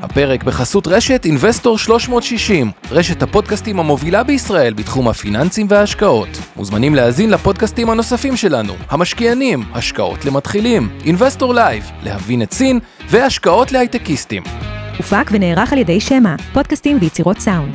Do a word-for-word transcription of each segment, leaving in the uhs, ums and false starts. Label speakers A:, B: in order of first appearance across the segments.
A: הפרק בחסות רשת אינבסטור שלוש מאות שישים, רשת הפודקאסטים המובילה בישראל בתחום הפיננסים וההשקעות. מוזמנים להאזין לפודקאסטים הנוספים שלנו, המשקיענים, השקעות למתחילים, אינבסטור לייב, להבין את סין והשקעות להייטקיסטים.
B: הופק ונערך על ידי שמה, פודקאסטים ויצירות סאונד.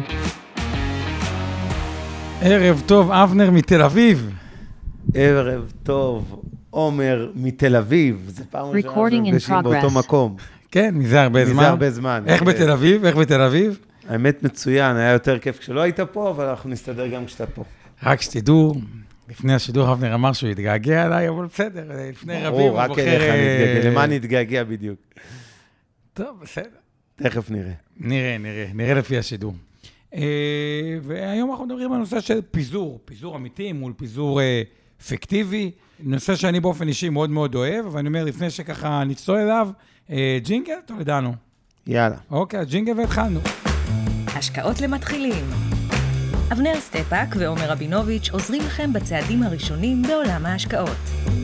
C: ערב טוב, אבנר מתל אביב.
D: ערב טוב, עומר מתל אביב. זה פעם ראשונה שנפגשים באותו מקום.
C: כן, מזה הרבה זמן.
D: מזה הרבה זמן.
C: איך בתל אביב? איך בתל אביב?
D: האמת מצוין, היה יותר כיף כשלא היית פה, אבל אנחנו נסתדר גם כשאתה פה.
C: רק שתדעו, לפני השידור אבנר אמר שהוא יתגעגע עליי, אבל בסדר, לפני רבים הוא בוחר...
D: רק אליך נתגעגע, למה נתגעגע בדיוק?
C: טוב, בסדר.
D: תכף נראה.
C: נראה, נראה, נראה לפי השידור. והיום אנחנו מדברים על נושא של פיזור, פיזור אמיתי מול פיזור פיקטיבי, נושא שאני באופן אישי מאוד מאוד אוהב, אבל אני אומר, לפני שככה נצטול אליו, ג'ינגל, טוב, ידענו.
D: יאללה.
C: אוקיי, ג'ינגל והתחלנו.
B: השקעות למתחילים. אבנר סטפאק ועומר רבינוביץ' עוזרים לכם בצעדים הראשונים בעולם ההשקעות.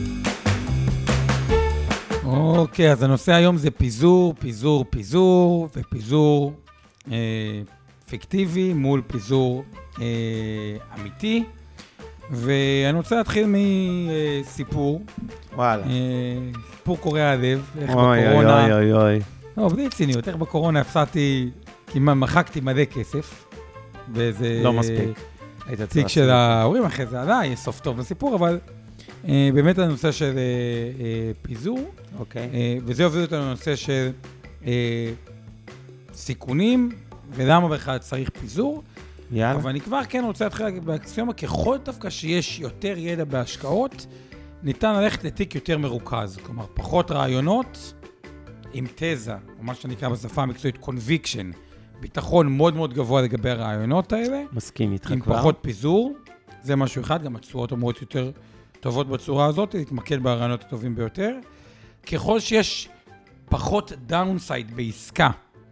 C: אוקיי, אז הנושא היום זה פיזור, פיזור, פיזור, ופיזור אה, פיקטיבי מול פיזור אה, אמיתי. ואני רוצה להתחיל מסיפור.
D: וואלה.
C: סיפור קורע הלב, איך
D: אוי,
C: בקורונה...
D: אוי, אוי, אוי.
C: לא, בלי ציניות, איך בקורונה הפסעתי, כמעט מחקתי מלא כסף. באיזה...
D: לא מספיק.
C: תיק של ההורים, אחרי זה עלה, יש סוף טוב לסיפור, אבל אה, באמת הנושא של אה, אה, פיזור.
D: אוקיי.
C: אה, וזה הוביל אותנו לנושא של אה, סיכונים, ולמה בכלל צריך פיזור.
D: יאללה.
C: אבל אני כבר כן רוצה להתחיל באקסיומה, ככל דווקא שיש יותר ידע בהשקעות, ניתן ללכת לתיק יותר מרוכז. כלומר, פחות רעיונות עם תזה, או מה שנקרא בשפה המקצועית, conviction, ביטחון מאוד מאוד גבוה לגבי הרעיונות האלה.
D: מסכים איתך כבר.
C: עם פחות פיזור, זה משהו אחד, גם התשואות אומרות יותר טובות בצורה הזאת, להתמקד ברעיונות הטובים ביותר. ככל שיש פחות דאונסייד בעסקה,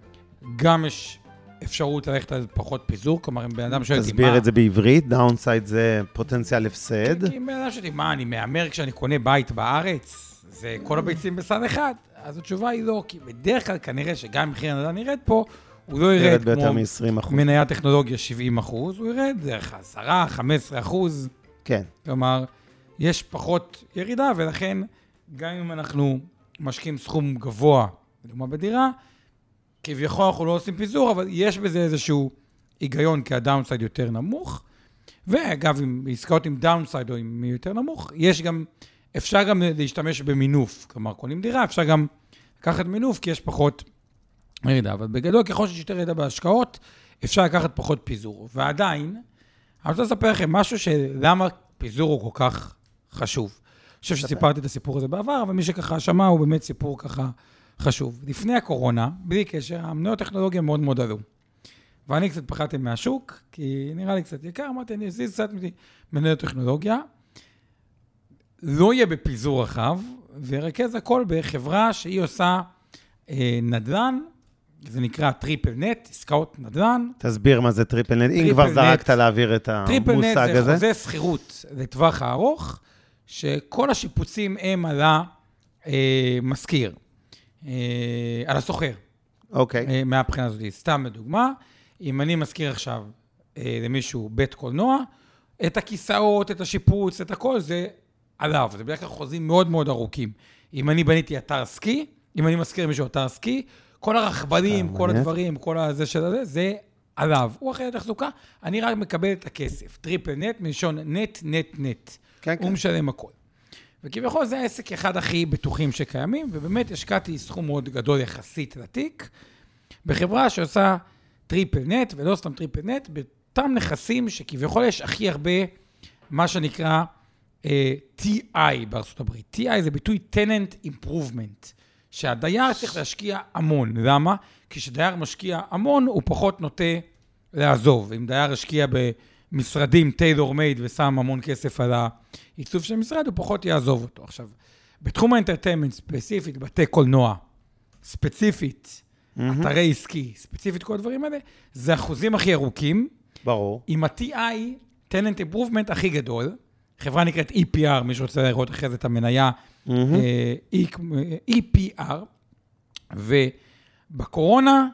C: גם יש... אפשרות ללכת על פחות פיזור, כלומר, אם בן אדם שואל אותי מה...
D: תסביר את זה בעברית, דאונסייד זה פוטנציאל הפסד.
C: כי אם בן אדם שואל אותי, מה, אני מאמר כשאני קונה בית בארץ? זה כל הביצים בסד אחד? אז התשובה היא לא, כי בדרך כלל כנראה שגם מחיר הנדל"ן ירד פה, הוא לא ירד כמו מניית טכנולוגיה שבעים אחוז, הוא ירד דרך עשרה, חמישה עשר אחוז.
D: כן.
C: כלומר, יש פחות ירידה, ולכן גם אם אנחנו משקיעים סכום גבוה, לדוגמה בדירה, כביכול אנחנו לא עושים פיזור, אבל יש בזה איזשהו היגיון, כי הדאונסייד יותר נמוך. ואגב, עם עסקאות עם דאונסייד או עם יותר נמוך, יש גם, אפשר גם להשתמש במינוף. כלומר, קונים דירה, אפשר גם לקחת מינוף, כי יש פחות ירידה. אבל בגדול, ככל שיש יותר ירידה בהשקעות, אפשר לקחת פחות פיזור. ועדיין, אני רוצה לספר לכם משהו שלמה פיזור הוא כל כך חשוב. אני חושב שסיפרתי את הסיפור הזה בעבר, אבל מי שככה שמע הוא באמת סיפור ככה חשוב. לפני הקורונה, בלי קשר, המניות טכנולוגיה מאוד מאוד עלו. ואני קצת פחדתי מהשוק, כי נראה לי קצת יקר, אמרתי, אני אזיז קצת מניות טכנולוגיה. לא יהיה בפיזור רחב, וירכז הכל בחברה שהיא עושה אה, נדל"ן, זה נקרא טריפל נט, עסקאות נדל"ן.
D: תסביר מה זה טריפל נט, אם כבר זרקת להעביר את המושג הזה.
C: טריפל נט זה חוזה שכירות לטווח הארוך, שכל השיפוצים הם על המשכיר. על הסוחר.
D: אוקיי.
C: מהבחינה הזאת. סתם בדוגמה, אם אני מזכיר עכשיו למישהו בית קולנוע, את הכיסאות, את השיפוץ, את הכל, זה עליו. זה בדרך כלל חוזים מאוד מאוד ארוכים. אם אני בניתי אתר סקי, אם אני מזכיר למישהו אתר סקי, כל הרכבלים, כל הדברים, כל הזה של הזה, זה עליו. הוא אחרי התחזוקה, אני רק מקבל את הכסף. טריפל נט, מלשון נט, נט, נט. הוא משלם הכל. וכביכול זה העסק אחד הכי בטוחים שקיימים, ובאמת השקעתי סכום מאוד גדול יחסית לתיק, בחברה שעושה טריפל נט, ולא סתם טריפל נט, באותם נכסים שכביכול יש הכי הרבה, מה שנקרא אה, טי איי בארצות הברית. טי איי זה ביטוי Tenant Improvement, שהדייר צריך להשקיע המון. למה? כי כשדייר משקיע המון, הוא פחות נוטה לעזוב. אם דייר השקיע במשרדים טיילור מייד ושם המון כסף על העיצוב של המשרד, הוא פחות יעזוב אותו. עכשיו, בתחום האנטרטיימנט ספציפית, בתי קולנוע, ספציפית, mm-hmm. אתרי עסקי, ספציפית כל הדברים האלה, זה אחוזים הכי ארוכים. ברור. עם ה-טי איי, Tenant Improvement הכי גדול, חברה נקראת אי פי אר, מי שרוצה לראות אחרי זה את המניה, mm-hmm. אי פי אר, ובקורונה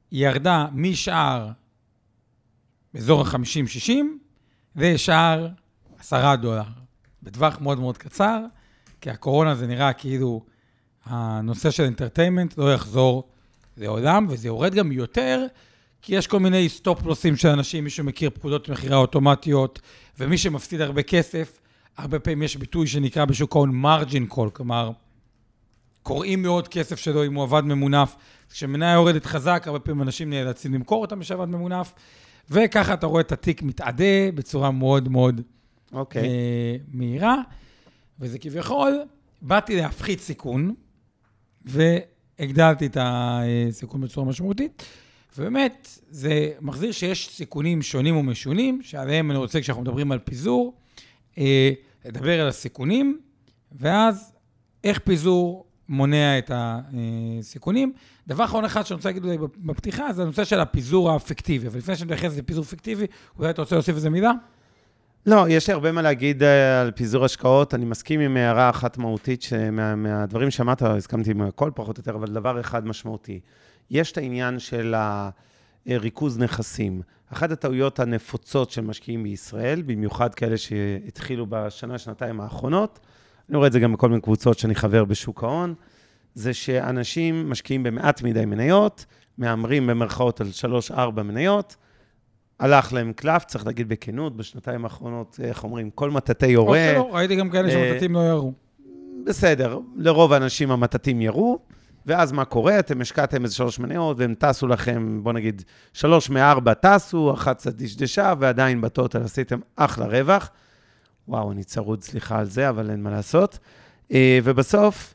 C: היא ירדה משער באזור ה-חמישים שישים, ושער עשרה דולר. בטווח מאוד מאוד קצר, כי הקורונה זה נראה כאילו הנושא של אנטרטיימנט לא יחזור לעולם, וזה יורד גם יותר, כי יש כל מיני סטופ לוסים של אנשים, מי שמכיר פקודות מחירה אוטומטיות, ומי שמפסיד הרבה כסף, הרבה פעמים יש ביטוי שנקרא בשוק ההון מרג'ין קול, כלומר, קוראים מאוד כסף שלו אם הוא עבד ממונף, כשמניה יורדת חזק, הרבה פעמים אנשים נאלצים למכור אותם בשעבד ממונף, וככה אתה רואה את התיק מתעדה בצורה מאוד מאוד okay. אה, מהירה, וזה כביכול, באתי להפחית סיכון, והגדלתי את הסיכון בצורה משמעותית, ובאמת זה מחזיר שיש סיכונים שונים ומשונים, שעליהם אני רוצה כשאנחנו מדברים על פיזור, אה, לדבר על הסיכונים, ואז איך פיזור מונע את הסיכונים. דבר אחרון אחד שאני רוצה להגיד אולי בפתיחה, זה הנושא של הפיזור האפקטיבי, אבל לפני שאני מתייחס לפיזור אפקטיבי, אולי אתה רוצה להוסיף איזה מילה?
D: לא, יש לי הרבה מה להגיד על פיזור השקעות, אני מסכים עם הערה אחת מהותית, שמהדברים שאמרת, הסכמתי עם הכל פחות או יותר, אבל דבר אחד משמעותי. יש את העניין של הריכוז נכסים. אחת הטעויות הנפוצות של משקיעים בישראל, במיוחד כאלה שהתחילו בשנה, שנתיים האחרונות, אני רואה את זה גם בכל מיני קבוצות שאני חבר בשוק ההון, זה שאנשים משקיעים במעט מדי מניות, מאמרים במרכאות על שלוש ארבע מניות, הלך להם קלף, צריך להגיד בכנות, בשנתיים האחרונות, איך אומרים, כל מטאטי יורה.
C: או שלא, ראיתי גם כאלה שמטאטים לא ירו.
D: בסדר, לרוב האנשים המטאטים ירו, ואז מה קורה? אתם השקעתם איזה שלוש מניות, והם טסו לכם, בוא נגיד, שלוש מארבע טסו, אחת קצת דשדשה, ועדיין בטוטל עשיתם אחלה רווח. וואו, אני צרוד, סליחה על זה, אבל אין מה לעשות. ובסוף,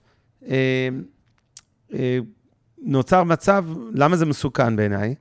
D: נוצר מצב, למה זה מסוכן בעיניי?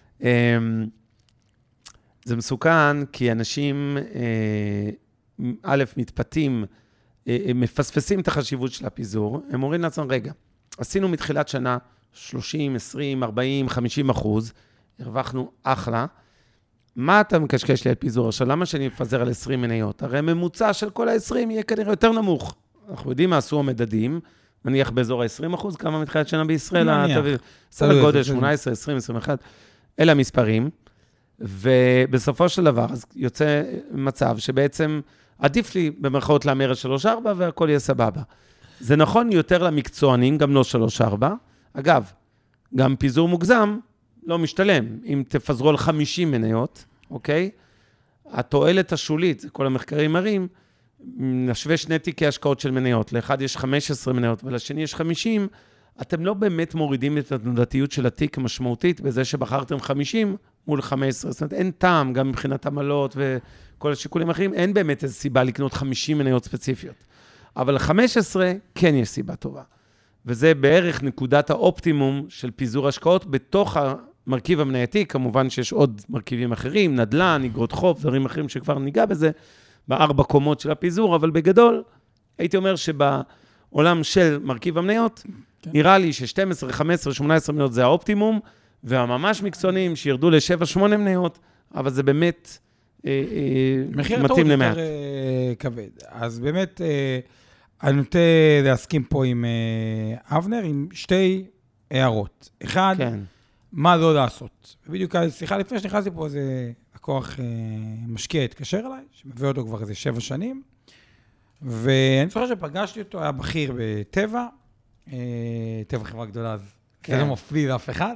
D: זה מסוכן כי אנשים, א', מתפתים, מפספסים את החשיבות של הפיזור, הם אומרים לעצמם, רגע, עשינו מתחילת שנה שלושים, עשרים, ארבעים, חמישים אחוז, הרווחנו אחלה, מה אתה מקשקש לי על פיזור? עכשיו, למה שאני אפזר על עשרים מניות? הרי ממוצע של כל ה-עשרים יהיה כנראה יותר נמוך. אנחנו יודעים מה עשו המדדים, נניח באזור ה-עשרים אחוז, כמה מתחילת שנה בישראל, סדר גודל שמונה עשרה, עשרים, עשרים ואחת, אלה המספרים, ובסופו של דבר, אז יוצא מצב שבעצם עדיף לי במרכאות לאמר על שלוש ארבע, והכל יהיה סבבה. זה נכון יותר למקצוענים, גם לא שלוש ארבע. אגב, גם פיזור מוגזם לא משתלם. אם תפזרו על חמישים מניות, אוקיי? התועלת השולית, כל המחקרים מראים, נשווה שני תיקי השקעות של מניות. לאחד יש חמש עשרה מניות, ולשני יש חמישים. אתם לא באמת מורידים את התנודתיות של התיק משמעותית, בזה שבחרתם חמישים מול חמש עשרה. זאת אומרת, אין טעם, גם מבחינת עמלות וכל השיקולים האחרים, אין באמת איזו סיבה לקנות חמישים מניות ספציפיות. אבל חמש עשרה כן יש סיבה טובה. וזה בערך נקודת האופטימום של פיזור השקעות בתוך המרכיב המנייתי, כמובן שיש עוד מרכיבים אחרים, נדל"ן, אגרות חוב, דברים אחרים שכבר ניגע בזה, בארבע קומות של הפיזור, אבל בגדול, הייתי אומר שבעולם של מרכיב המניות, כן. נראה לי ש-שתים עשרה, חמש עשרה, שמונה עשרה מניות זה האופטימום, והממש מקצוענים שירדו ל-שבע שמונה מניות, אבל זה באמת אה, אה, מתאים למעט. מחיר
C: יותר כבד. אז באמת, אה, אני נוטה להסכים פה עם אה, אבנר, עם שתי הערות. אחד, כן. מה לא לעשות. ובדיוק, סליחה, לפני שנכנסתי פה, איזה לקוח אה, משקיע התקשר אליי, שמביא אותו כבר איזה שבע שנים, ואני זוכר שפגשתי אותו, היה בכיר בטבע, אה, טבע חברה גדולה, אז כן. זה לא מפליל לאף אחד,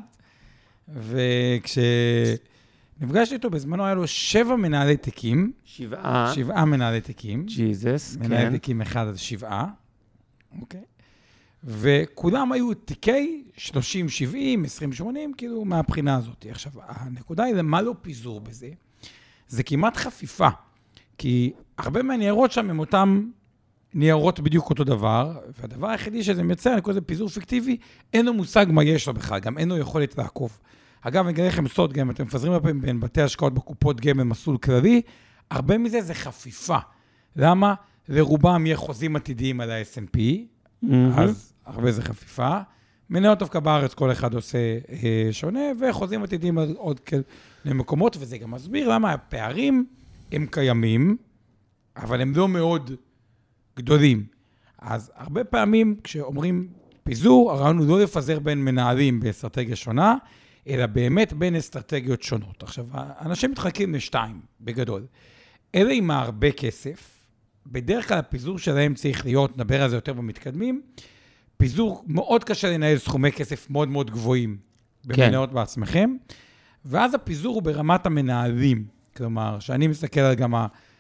C: וכשנפגשתי איתו, בזמנו היה לו שבע מנהלי תיקים,
D: שבעה,
C: שבעה מנהלי תיקים,
D: ג'יזוס, כן.
C: מנהלי תיקים אחד עד שבעה, אוקיי? וכולם היו תיקי שלושים שבעים, עשרים שמונים, כאילו מהבחינה הזאת. עכשיו, הנקודה היא, מה לא פיזור בזה? זה כמעט חפיפה, כי הרבה מהניירות שם הם אותם ניירות בדיוק אותו דבר, והדבר היחידי שזה מייצר, אני קורא לזה פיזור פיקטיבי, אין לו מושג מה יש לו בכלל, גם אין לו יכולת לעקוב. אגב, אני אגיד לכם סוד גם, אתם מפזרים הרבה בין בתי השקעות בקופות גמל מסלול כללי, הרבה מזה זה חפיפה. למה? לרובם יהיה חוזים עתידיים על ה-אס אנד פי, אז הרבה זה חפיפה. מניות דווקא בארץ כל אחד עושה אה, שונה, וחוזים עתידיים על עוד כאלה מקומות, וזה גם מסביר למה הפערים הם קיימים, אבל הם לא מאוד גדולים. אז הרבה פעמים כשאומרים פיזור, הרעיון הוא לא לפזר בין מנהלים באסטרטגיה שונה, אלא באמת בין אסטרטגיות שונות. עכשיו, אנשים מתחלקים לשתיים, בגדול. אלה עם הרבה כסף, בדרך כלל הפיזור שלהם צריך להיות, נדבר על זה יותר במתקדמים, פיזור מאוד קשה לנהל סכומי כסף מאוד מאוד גבוהים, במניות כן. בעצמכם, ואז הפיזור הוא ברמת המנהלים, כלומר, שאני מסתכל על גם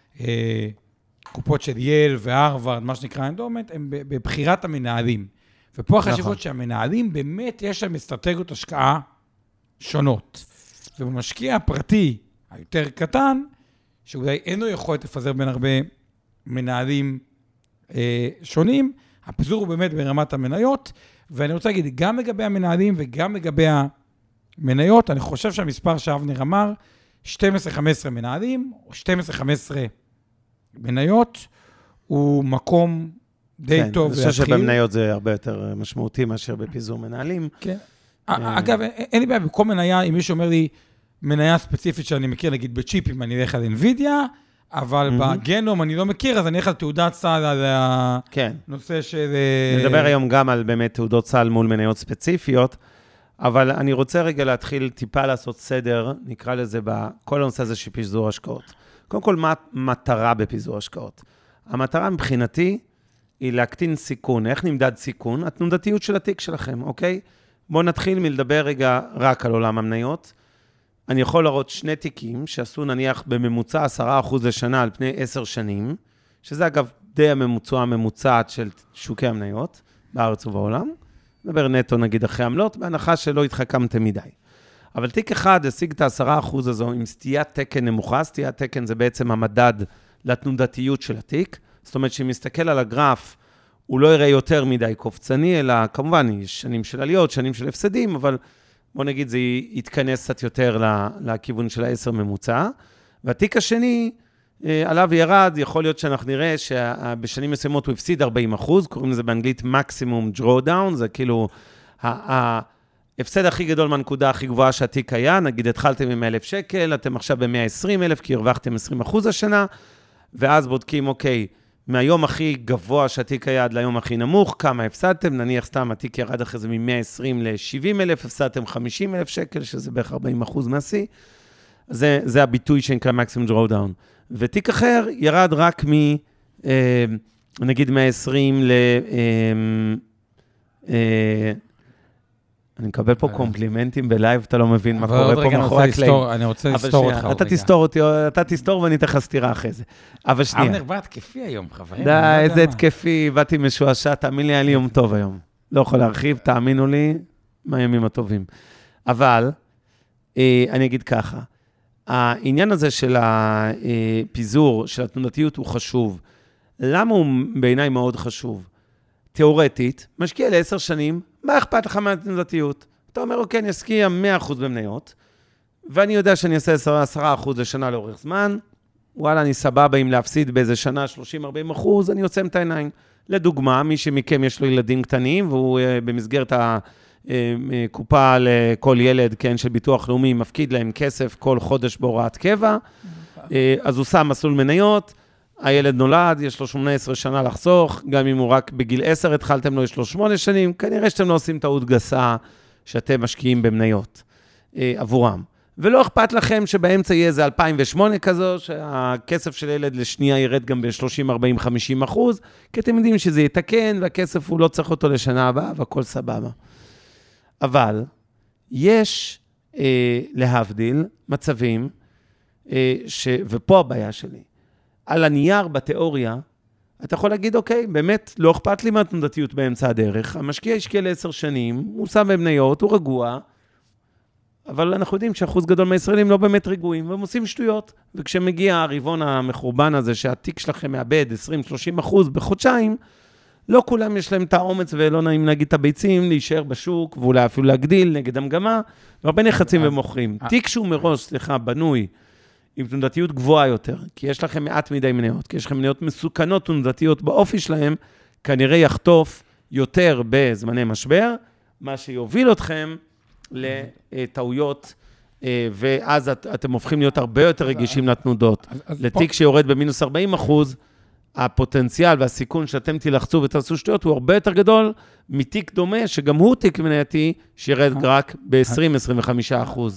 C: הקופות של יל והרווארד, מה שנקרא אנדומנט, הם בבחירת המנהלים. ופה החשיבות שהמנהלים באמת יש להם אסטרטגיות השקעה שונות. ובמשקיע הפרטי היותר קטן, שאולי אין לו יכולת לפזר בין הרבה מנהלים אה, שונים, הפיזור הוא באמת ברמת המניות, ואני רוצה להגיד, גם לגבי המנהלים וגם לגבי המניות, אני חושב שהמספר שאבנר אמר, שתים עשרה חמש עשרה מנהלים, או שתים עשרה חמש עשרה מניות, הוא מקום די
D: כן,
C: טוב
D: להתחיל. אני חושב שבמניות זה הרבה יותר משמעותי מאשר בפיזור מנהלים.
C: כן. אגב, אין לי בעיה, בכל מניה, אם מישהו אומר לי, מניה ספציפית שאני מכיר, נגיד בצ'יפים, אני אלך על אינווידיה, אבל בגנום אני לא מכיר, אז אני אלך על תעודת סל על הנושא של...
D: נדבר היום גם על באמת תעודות סל מול מניות ספציפיות, אבל אני רוצה רגע להתחיל טיפה לעשות סדר, נקרא לזה בכל הנושא הזה של פיזור השקעות. קודם כל, מה המטרה בפיזור השקעות? המטרה מבחינתי היא להקטין סיכון. איך נמדד סיכון? התנודתיות של התיק שלכם, אוקיי? בואו נתחיל מלדבר רגע רק על עולם המניות. אני יכול להראות שני תיקים שעשו נניח בממוצע עשרה אחוז לשנה על פני עשר שנים, שזה אגב די הממוצע הממוצעת של שוקי המניות בארץ ובעולם. נדבר נטו נגיד אחרי עמלות, בהנחה שלא התחכמתם מדי. אבל תיק אחד השיג את ה-עשרה אחוז הזו עם סטיית תקן נמוכה, סטיית תקן זה בעצם המדד לתנודתיות של התיק, זאת אומרת שאם מסתכל על הגרף, הוא לא יראה יותר מדי קופצני, אלא כמובן יש שנים של עליות, שנים של הפסדים, אבל בוא נגיד זה יתכנס קצת יותר לכיוון של העשר ממוצע. והתיק השני, עליו ירד, יכול להיות שאנחנו נראה שבשנים מסוימות הוא הפסיד ארבעים אחוז, קוראים לזה באנגלית מקסימום drawdown, זה כאילו ההפסד הכי גדול מהנקודה הכי גבוהה שהתיק היה, נגיד התחלתם עם אלף שקל, אתם עכשיו ב-מאה ועשרים אלף, כי הרווחתם עשרים אחוז השנה, ואז בודקים, אוקיי, מהיום הכי גבוה שהתיק היה עד ליום הכי נמוך, כמה הפסדתם, נניח סתם התיק ירד אחרי זה מ-מאה ועשרים ל-שבעים אלף, הפסדתם חמישים אלף שקל, שזה בערך ארבעים אחוז מהשיא, זה, זה הביטוי שנקרא מקסימום drawdown. ותיק אחר ירד רק מ, אה, נגיד מאה ועשרים ל... אה, אה, אני מקבל פה קומפלימנטים בלייב, אתה לא מבין מה קורה פה מאחורי הקלעים.
C: אני רוצה לסתור אותך
D: אתה תסתור אותי, אתה תסתור ואני תכף סתירה אחרי זה. אבל שנייה.
C: אבנר בא התקפי היום, חברים.
D: די, איזה התקפי, באתי משועשע, תאמין לי, היה לי יום טוב היום. לא יכול להרחיב, תאמינו לי, מהימים הטובים. אבל, אני אגיד ככה, העניין הזה של הפיזור, של התנודתיות הוא חשוב. למה הוא בעיניי מאוד חשוב? תיאורטית, משקיע לעשר שנים, מה אכפת לך מהתנודתיות? אתה אומר, אוקיי, אני אשקיע מאה אחוז במניות, ואני יודע שאני אעשה עשרה אחוז לשנה לאורך זמן, וואלה, אני סבבה אם להפסיד באיזה שנה שלושים ארבעים אחוז, אני עוצם את העיניים. לדוגמה, מי שמכם יש לו ילדים קטנים, והוא במסגרת הקופה לכל ילד, כן, של ביטוח לאומי, מפקיד להם כסף כל חודש בהוראת קבע, אז הוא שם מסלול מניות, הילד נולד, יש לו שמונה עשרה שנה לחסוך, גם אם הוא רק בגיל עשר התחלתם לו, יש לו שמונה שנים, כנראה שאתם לא עושים טעות גסה שאתם משקיעים במניות אה, עבורם. ולא אכפת לכם שבאמצע יהיה איזה אלפיים ושמונה כזו, שהכסף של ילד לשנייה ירד גם ב-שלושים ארבעים חמישים אחוז, כי אתם יודעים שזה יתקן, והכסף הוא לא צריך אותו לשנה הבאה, והכל סבבה. אבל יש אה, להבדיל מצבים, אה, ש... ופה הבעיה שלי, על הנייר בתיאוריה, אתה יכול להגיד, אוקיי, באמת לא אכפת לי מהתנודתיות באמצע הדרך, המשקיע השקיע לעשר שנים, הוא שם במניות, הוא רגוע, אבל אנחנו יודעים שאחוז גדול מהישראלים לא באמת רגועים, והם עושים שטויות, וכשמגיע הרבעון המחורבן הזה, שהתיק שלכם מאבד עשרים שלושים אחוז בחודשיים, לא כולם יש להם את האומץ, ולא נעים להגיד את הביצים, להישאר בשוק, ואולי אפילו להגדיל נגד המגמה, והרבה נחצים ומוכרים. תיק שהוא מראש, סליחה, בנוי, עם תנודתיות גבוהה יותר, כי יש לכם מעט מדי מניות, כי יש לכם מניות מסוכנות תנודתיות באופי שלהם, כנראה יחטוף יותר בזמני משבר, מה שיוביל אתכם לטעויות, ואז אתם הופכים להיות הרבה יותר רגישים לתנודות. לתיק שיורד במינוס ארבעים אחוז, הפוטנציאל והסיכון שאתם תלחצו ותעשו שטויות, הוא הרבה יותר גדול מתיק דומה, שגם הוא תיק מנייתי, שירד רק ב-עשרים עד עשרים וחמישה אחוז.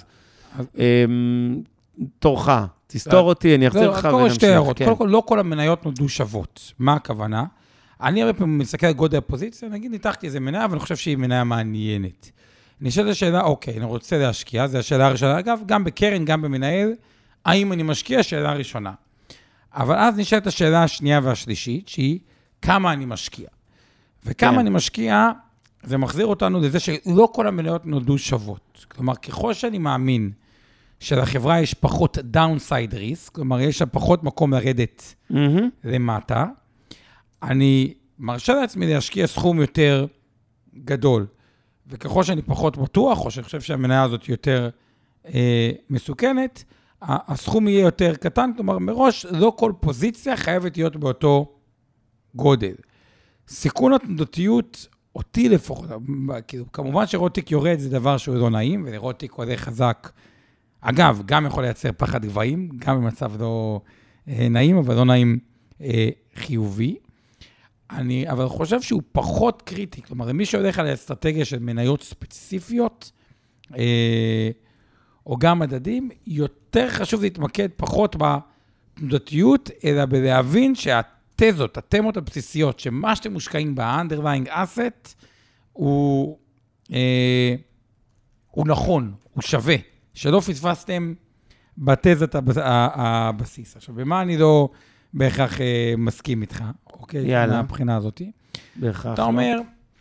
D: תורך, תסתור אותי, אני אחזיר לך ונמשיך.
C: קודם כל, לא כל המניות נולדו שוות. מה הכוונה? אני הרבה פעמים מסתכל על גודל הפוזיציה, נגיד, ניתחתי איזה מניה, אבל אני חושב שהיא מניה מעניינת. נשאלת השאלה, אוקיי, אני רוצה להשקיע, זו השאלה הראשונה. אגב, גם בקרן, גם במנהל, האם אני משקיע? שאלה הראשונה. אבל אז נשאלת השאלה השנייה והשלישית, שהיא כמה אני משקיע. וכמה כן. אני משקיע, זה מחזיר אותנו לזה שלא כל המניות נולדו שוות. כלומר, ככל שאני מאמין שלחברה יש פחות downside risk, כלומר, יש פחות מקום לרדת mm-hmm. למטה, אני מרשה לעצמי להשקיע סכום יותר גדול. וככל שאני פחות בטוח, או שאני חושב שהמניה הזאת יותר אה, מסוכנת, הסכום יהיה יותר קטן, כלומר, מראש לא כל פוזיציה חייבת להיות באותו גודל. סיכון התנודתיות, אותי לפחות, כאילו, כמובן שראות תיק יורד זה דבר שהוא לא נעים, ולראות תיק עולה חזק, אגב, גם יכול לייצר פחד גבוהים, גם במצב לא אה, נעים, אבל לא נעים אה, חיובי. אני, אבל חושב שהוא פחות קריטי, כלומר, מי שהולך על האסטרטגיה של מניות ספציפיות, אה, או גם מדדים, יותר חשוב להתמקד פחות בתנודתיות, אלא בלהבין שהתזות, התמות הבסיסיות, שמה שאתם מושקעים ב-underlying asset, הוא, אה, הוא נכון, הוא שווה, שלא פספסתם בתזת הבסיס. עכשיו, במה אני לא בהכרח אה, מסכים איתך, אוקיי?
D: יאללה.
C: מהבחינה הזאת. בהכרח. אתה אומר,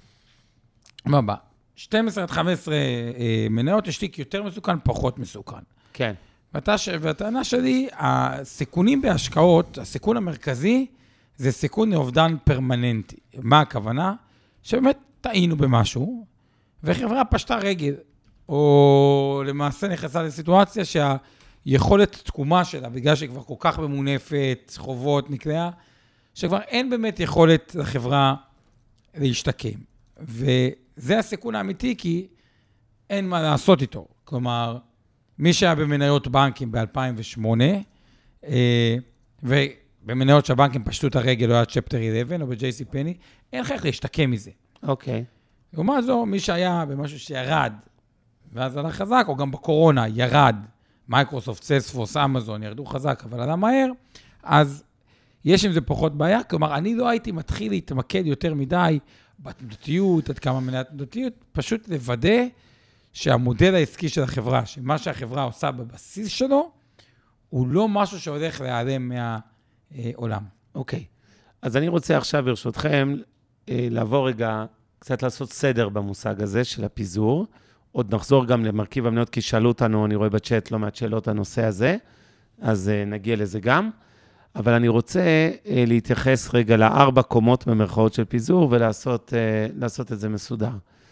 C: מה בא? שתים עשרה עד חמש עשרה אה, מניות, יש תיק יותר מסוכן, פחות מסוכן.
D: כן.
C: והטענה שלי, הסיכונים בהשקעות, הסיכון המרכזי, זה סיכון לאובדן פרמננטי. מה הכוונה? שבאמת טעינו במשהו, וחברה פשטה רגל, או למעשה נכנסה לסיטואציה שהיכולת תקומה שלה, בגלל שהיא כבר כל כך ממונפת, חובות, נקלעה, שכבר אין באמת יכולת לחברה להשתקם. וזה הסיכון האמיתי, כי אין מה לעשות איתו. כלומר, מי שהיה במניות בנקים ב-אלפיים ושמונה, ובמניות שהבנקים פשטו את הרגל, או היה צ'פטר אחת עשרה, או ב-ג'יי סי פני, אין לך איך להשתקם מזה.
D: אוקיי.
C: לעומת זו, מי שהיה במשהו שירד, ואז עלה חזק, או גם בקורונה, ירד, מייקרוסופט, סיילספורס, אמזון, ירדו חזק, אבל עלה מהר, אז יש עם זה פחות בעיה. כלומר, אני לא הייתי מתחיל להתמקד יותר מדי בתנודתיות, עד כמה מניית תנודתיות, פשוט לוודא שהמודל העסקי של החברה, שמה שהחברה עושה בבסיס שלו, הוא לא משהו שהולך להיעלם מהעולם.
D: אוקיי. אז אני רוצה עכשיו, ברשותכם, לעבור רגע, קצת לעשות סדר במושג הזה של הפיזור. עוד נחזור גם למרכיב המניות, כי שאלו אותנו, אני רואה בצ'אט לא מעט שאלות הנושא הזה, אז נגיע לזה גם. אבל אני רוצה להתייחס רגע לארבע קומות במרכאות של פיזור, ולעשות לעשות את זה מסודר.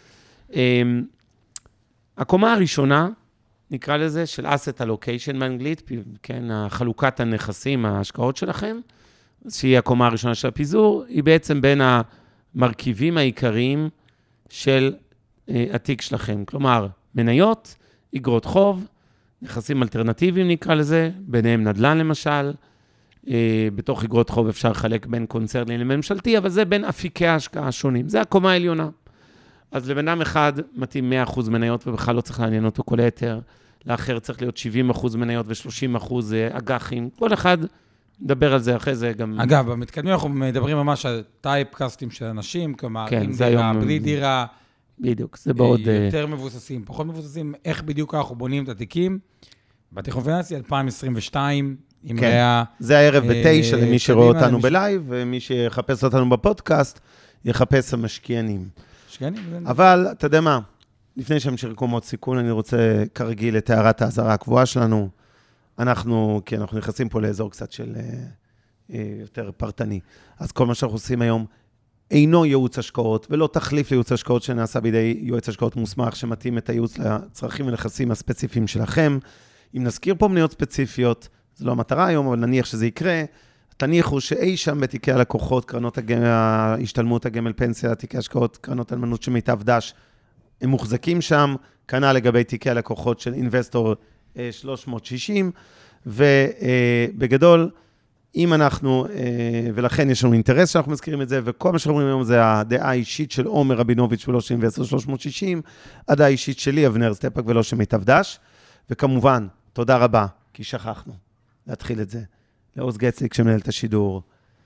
D: הקומה הראשונה, נקרא לזה, של asset allocation באנגלית, כן, חלוקת הנכסים, ההשקעות שלכם, שהיא הקומה הראשונה של הפיזור, היא בעצם בין המרכיבים העיקריים של התיק שלכם. כלומר, מניות, אגרות חוב, נכסים אלטרנטיביים נקרא לזה, ביניהם נדל"ן למשל, בתוך אגרות חוב אפשר לחלק בין קונצרני לממשלתי, אבל זה בין אפיקי ההשקעה השונים. זה הקומה העליונה. אז לבן אדם אחד מתאים מאה אחוז מניות, ובכלל לא צריך לעניין אותו כל היתר. לאחר צריך להיות שבעים אחוז מניות ו-שלושים אחוז אג"חים. כל אחד מדבר על זה אחרי זה גם...
C: אגב, במתקדמים אנחנו מדברים ממש על טייפקאסטים של אנשים, כלומר, כן, עם דירה, היום... בלי דירה.
D: בדיוק, זה בעוד...
C: יותר מבוססים, פחות מבוססים. איך בדיוק אנחנו בונים את התיקים? בתיכון פיננסי אלפיים עשרים ושתיים, עם
D: כן.
C: היה...
D: זה הערב בתשע, למי שרואה אותנו בלייב, ומי שיחפש אותנו בפודקאסט, יחפש המשקיענים. אבל, אתה יודע מה, לפני שהמשיך קומות סיכון, אני רוצה כרגיל את הערת האזהרה הקבועה שלנו. אנחנו, כי אנחנו נכנסים פה לאזור קצת של יותר פרטני. אז כל מה שאנחנו עושים היום, אינו ייעוץ השקעות, ולא תחליף לייעוץ השקעות שנעשה בידי יועץ השקעות מוסמך, שמתאים את הייעוץ לצרכים ונכסים הספציפיים שלכם. אם נזכיר פה מניות ספציפיות, זו לא המטרה היום, אבל נניח שזה יקרה, תניחו שאי שם בתיקי הלקוחות, קרנות הגמל, השתלמות הגמל פנסיה, תיקי השקעות, קרנות אלמנות שמיטב דש, הם מוחזקים שם, כנ"ל לגבי תיקי הלקוחות של אינבסטור שלוש מאות שישים, ובגדול, אם אנחנו, ולכן יש לנו אינטרס שאנחנו מזכירים את זה, וכל מה שאומרים היום זה הדעה האישית של עומר רבינוביץ' ולא של אינבסטור שלוש מאות שישים, הדעה האישית שלי, אבנר סטפאק ולא של מיטב דש, וכמובן, תודה רבה, כי שכחנו להתחיל את זה, לעוז גצליק שמנהל את השידור,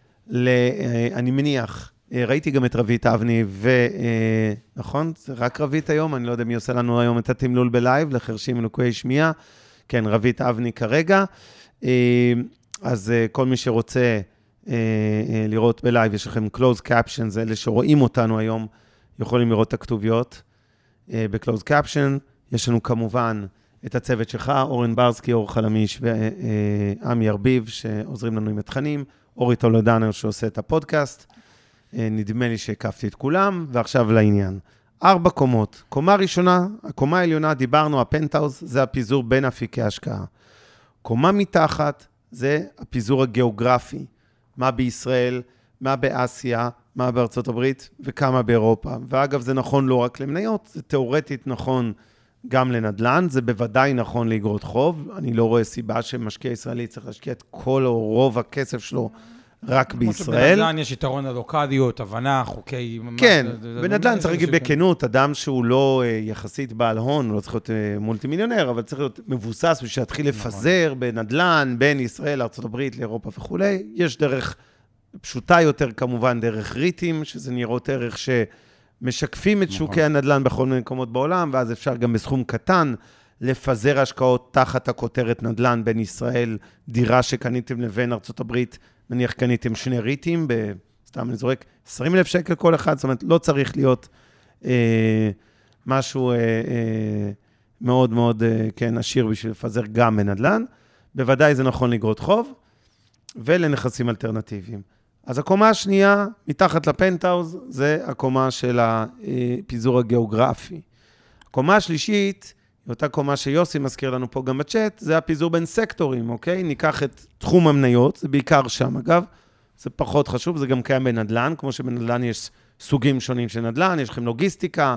D: אני מניח, ראיתי גם את רבית אבני, ונכון, זה רק רבית היום, אני לא יודע מי עושה לנו היום את התמלול בלייב, לחרשים ולקויי שמיעה, כן, רבית אבני כרגע, אז כל מי שרוצה לראות בלייב, יש לכם closed captions, אלה שרואים אותנו היום, יכולים לראות את הכתוביות ב-closed caption, יש לנו כמובן את הצוות שלך, אורן ברסקי, אור חלמיש ועמי ארביב, שעוזרים לנו עם התכנים, אורי תולדנו שעושה את הפודקאסט, נדמה לי שהקפתי את כולם, ועכשיו לעניין. ארבע קומות, קומה ראשונה, הקומה העליונה, דיברנו, הפנטהאוז, זה הפיזור בין אפיקי ההשקעה. קומה מתחת, זה הפיזור הגיאוגרפי, מה בישראל, מה באסיה, מה בארצות הברית, וכמה באירופה. ואגב, זה נכון לא רק למניות, זה תיאורטית נכון גם לנדל"ן, זה בוודאי נכון לאגרות חוב, אני לא רואה סיבה שמשקיע ישראלי צריך להשקיע את כל או רוב הכסף שלו רק בישראל.
C: בנדל"ן יש יתרון ללוקליות, הבנה, חוקי...
D: כן, בנדל"ן צריך להגיד בכנות, אדם שהוא לא יחסית בעל הון, לא צריך להיות מולטי מיליונר, אבל צריך להיות מבוסס ושהתחיל לפזר בנדל"ן, בין ישראל, ארצות הברית, לאירופה וכו'. יש דרך פשוטה יותר כמובן, דרך ריטים, שזה ניירות ערך שמשקפים את שוקי הנדל"ן בכל מיני מקומות בעולם, ואז אפשר גם בסכום קטן לפזר השקעות תחת הכותרת נדל"ן בין ישראל, דירה שקניתם לבין ארצות הברית, נניח קניתם שני ריטים, סתם אני זורק, עשרים אלף שקל כל אחד, זאת אומרת, לא צריך להיות אה, משהו אה, אה, מאוד מאוד, אה, כן, עשיר בשביל לפזר גם בנדל"ן. בוודאי זה נכון לגרות חוב, ולנכסים אלטרנטיביים. אז הקומה השנייה, מתחת לפנטהאוז, זה הקומה של הפיזור הגיאוגרפי. הקומה השלישית, אותה קומה שיוסי מזכיר לנו פה גם בצ'אט, זה הפיזור בין סקטורים, אוקיי? ניקח את תחום המניות, זה בעיקר שם, אגב, זה פחות חשוב, זה גם קיים בנדל"ן, כמו שבנדל"ן יש סוגים שונים של נדל"ן, יש לכם לוגיסטיקה,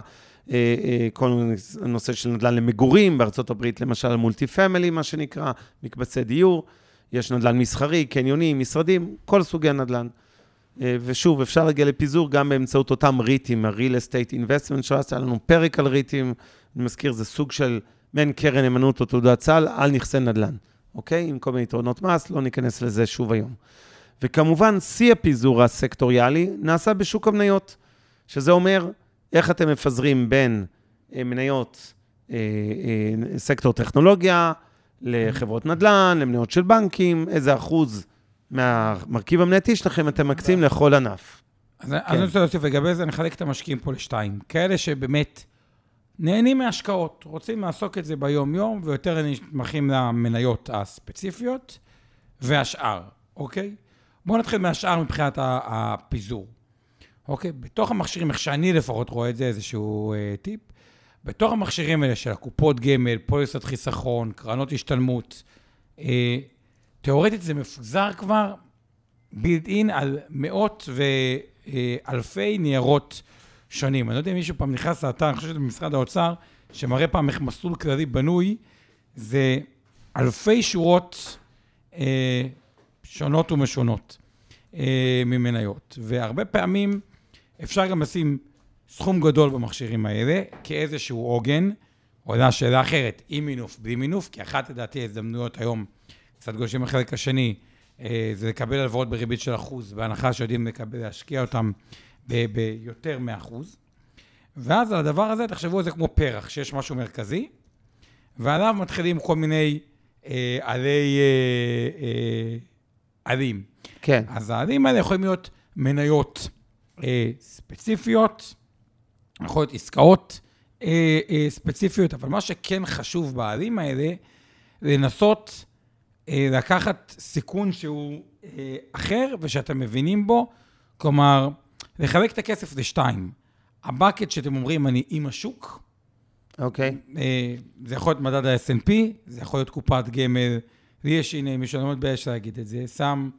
D: כל הנושא של נדל"ן למגורים, בארצות הברית, למשל מולטי פמילי, מה שנקרא, מקבצי דיור, יש נדל"ן מסחרי, קניונים, משרדים, כל סוגי הנדל"ן. ושוב, אפשר להגיע לפיזור גם באמצעות אותם ריטים, ה-Real Estate Investment שעשה לנו פרק על ריטים, אני מזכיר, זה סוג של בין קרן אמנות או תעודת סל על נכסי נדל"ן, אוקיי? עם כל מיני יתרונות מס, לא ניכנס לזה שוב היום. וכמובן, שיא הפיזור הסקטוריאלי נעשה בשוק המניות, שזה אומר איך אתם מפזרים בין מניות סקטור טכנולוגיה, לחברות נדל"ן, למניות של בנקים, איזה אחוז מהמרכיב המנייתי שלכם אתם מקצים לכל ענף.
C: אז אני רוצה להוסיף, לגבי זה נחלק את המשקיעים פה לשתיים. כאלה שבאמת נהנים מהשקעות, רוצים לעסוק את זה ביום-יום, ויותר נתמכים למניות הספציפיות, והשאר, אוקיי? בואו נתחיל מהשאר מבחינת הפיזור. אוקיי? בתוך המכשירים, איך שאני לפחות רואה את זה, איזשהו אה, טיפ, בתוך המכשירים האלה של הקופות גמל, פוליסת חיסכון, קרנות השתלמות, אה, תיאורטית זה מפוזר כבר בילד אין על מאות ואלפי ניירות שונים. אני לא יודע אם מישהו פעם נכנס לאתר, אני חושב במשרד האוצר, שמראה פעם איך מסלול כללי בנוי, זה אלפי שורות אה, שונות ומשונות אה, ממניות. והרבה פעמים אפשר גם לשים סכום גדול במכשירים האלה, כאיזשהו עוגן, עולה שאלה אחרת, עם מינוף, בלי מינוף, כי אחת לדעתי ההזדמנויות היום, קצת גולשים החלק השני, אה, זה לקבל הלוואות בריבית של אחוז, בהנחה שיודעים לקבל, להשקיע אותם ב- ביותר מאחוז. ואז על הדבר הזה, תחשבו על זה כמו פרח, שיש משהו מרכזי, ועליו מתחילים כל מיני אה, עלי אה, אה, עלים.
D: כן.
C: אז העלים האלה יכולים להיות מניות אה, ספציפיות, יכול להיות עסקאות אה, אה, ספציפיות, אבל מה שכן חשוב בעלים האלה, לנסות אה, לקחת סיכון שהוא אה, אחר, ושאתם מבינים בו, כלומר, לחלק את הכסף לשתיים. הבקט שאתם אומרים, אני עם השוק,
D: אוקיי.
C: אה, זה יכול להיות מדד ה-אס אנד פי, זה יכול להיות קופת גמל, לי יש, הנה, מישהו לא מתבייש להגיד את זה, שם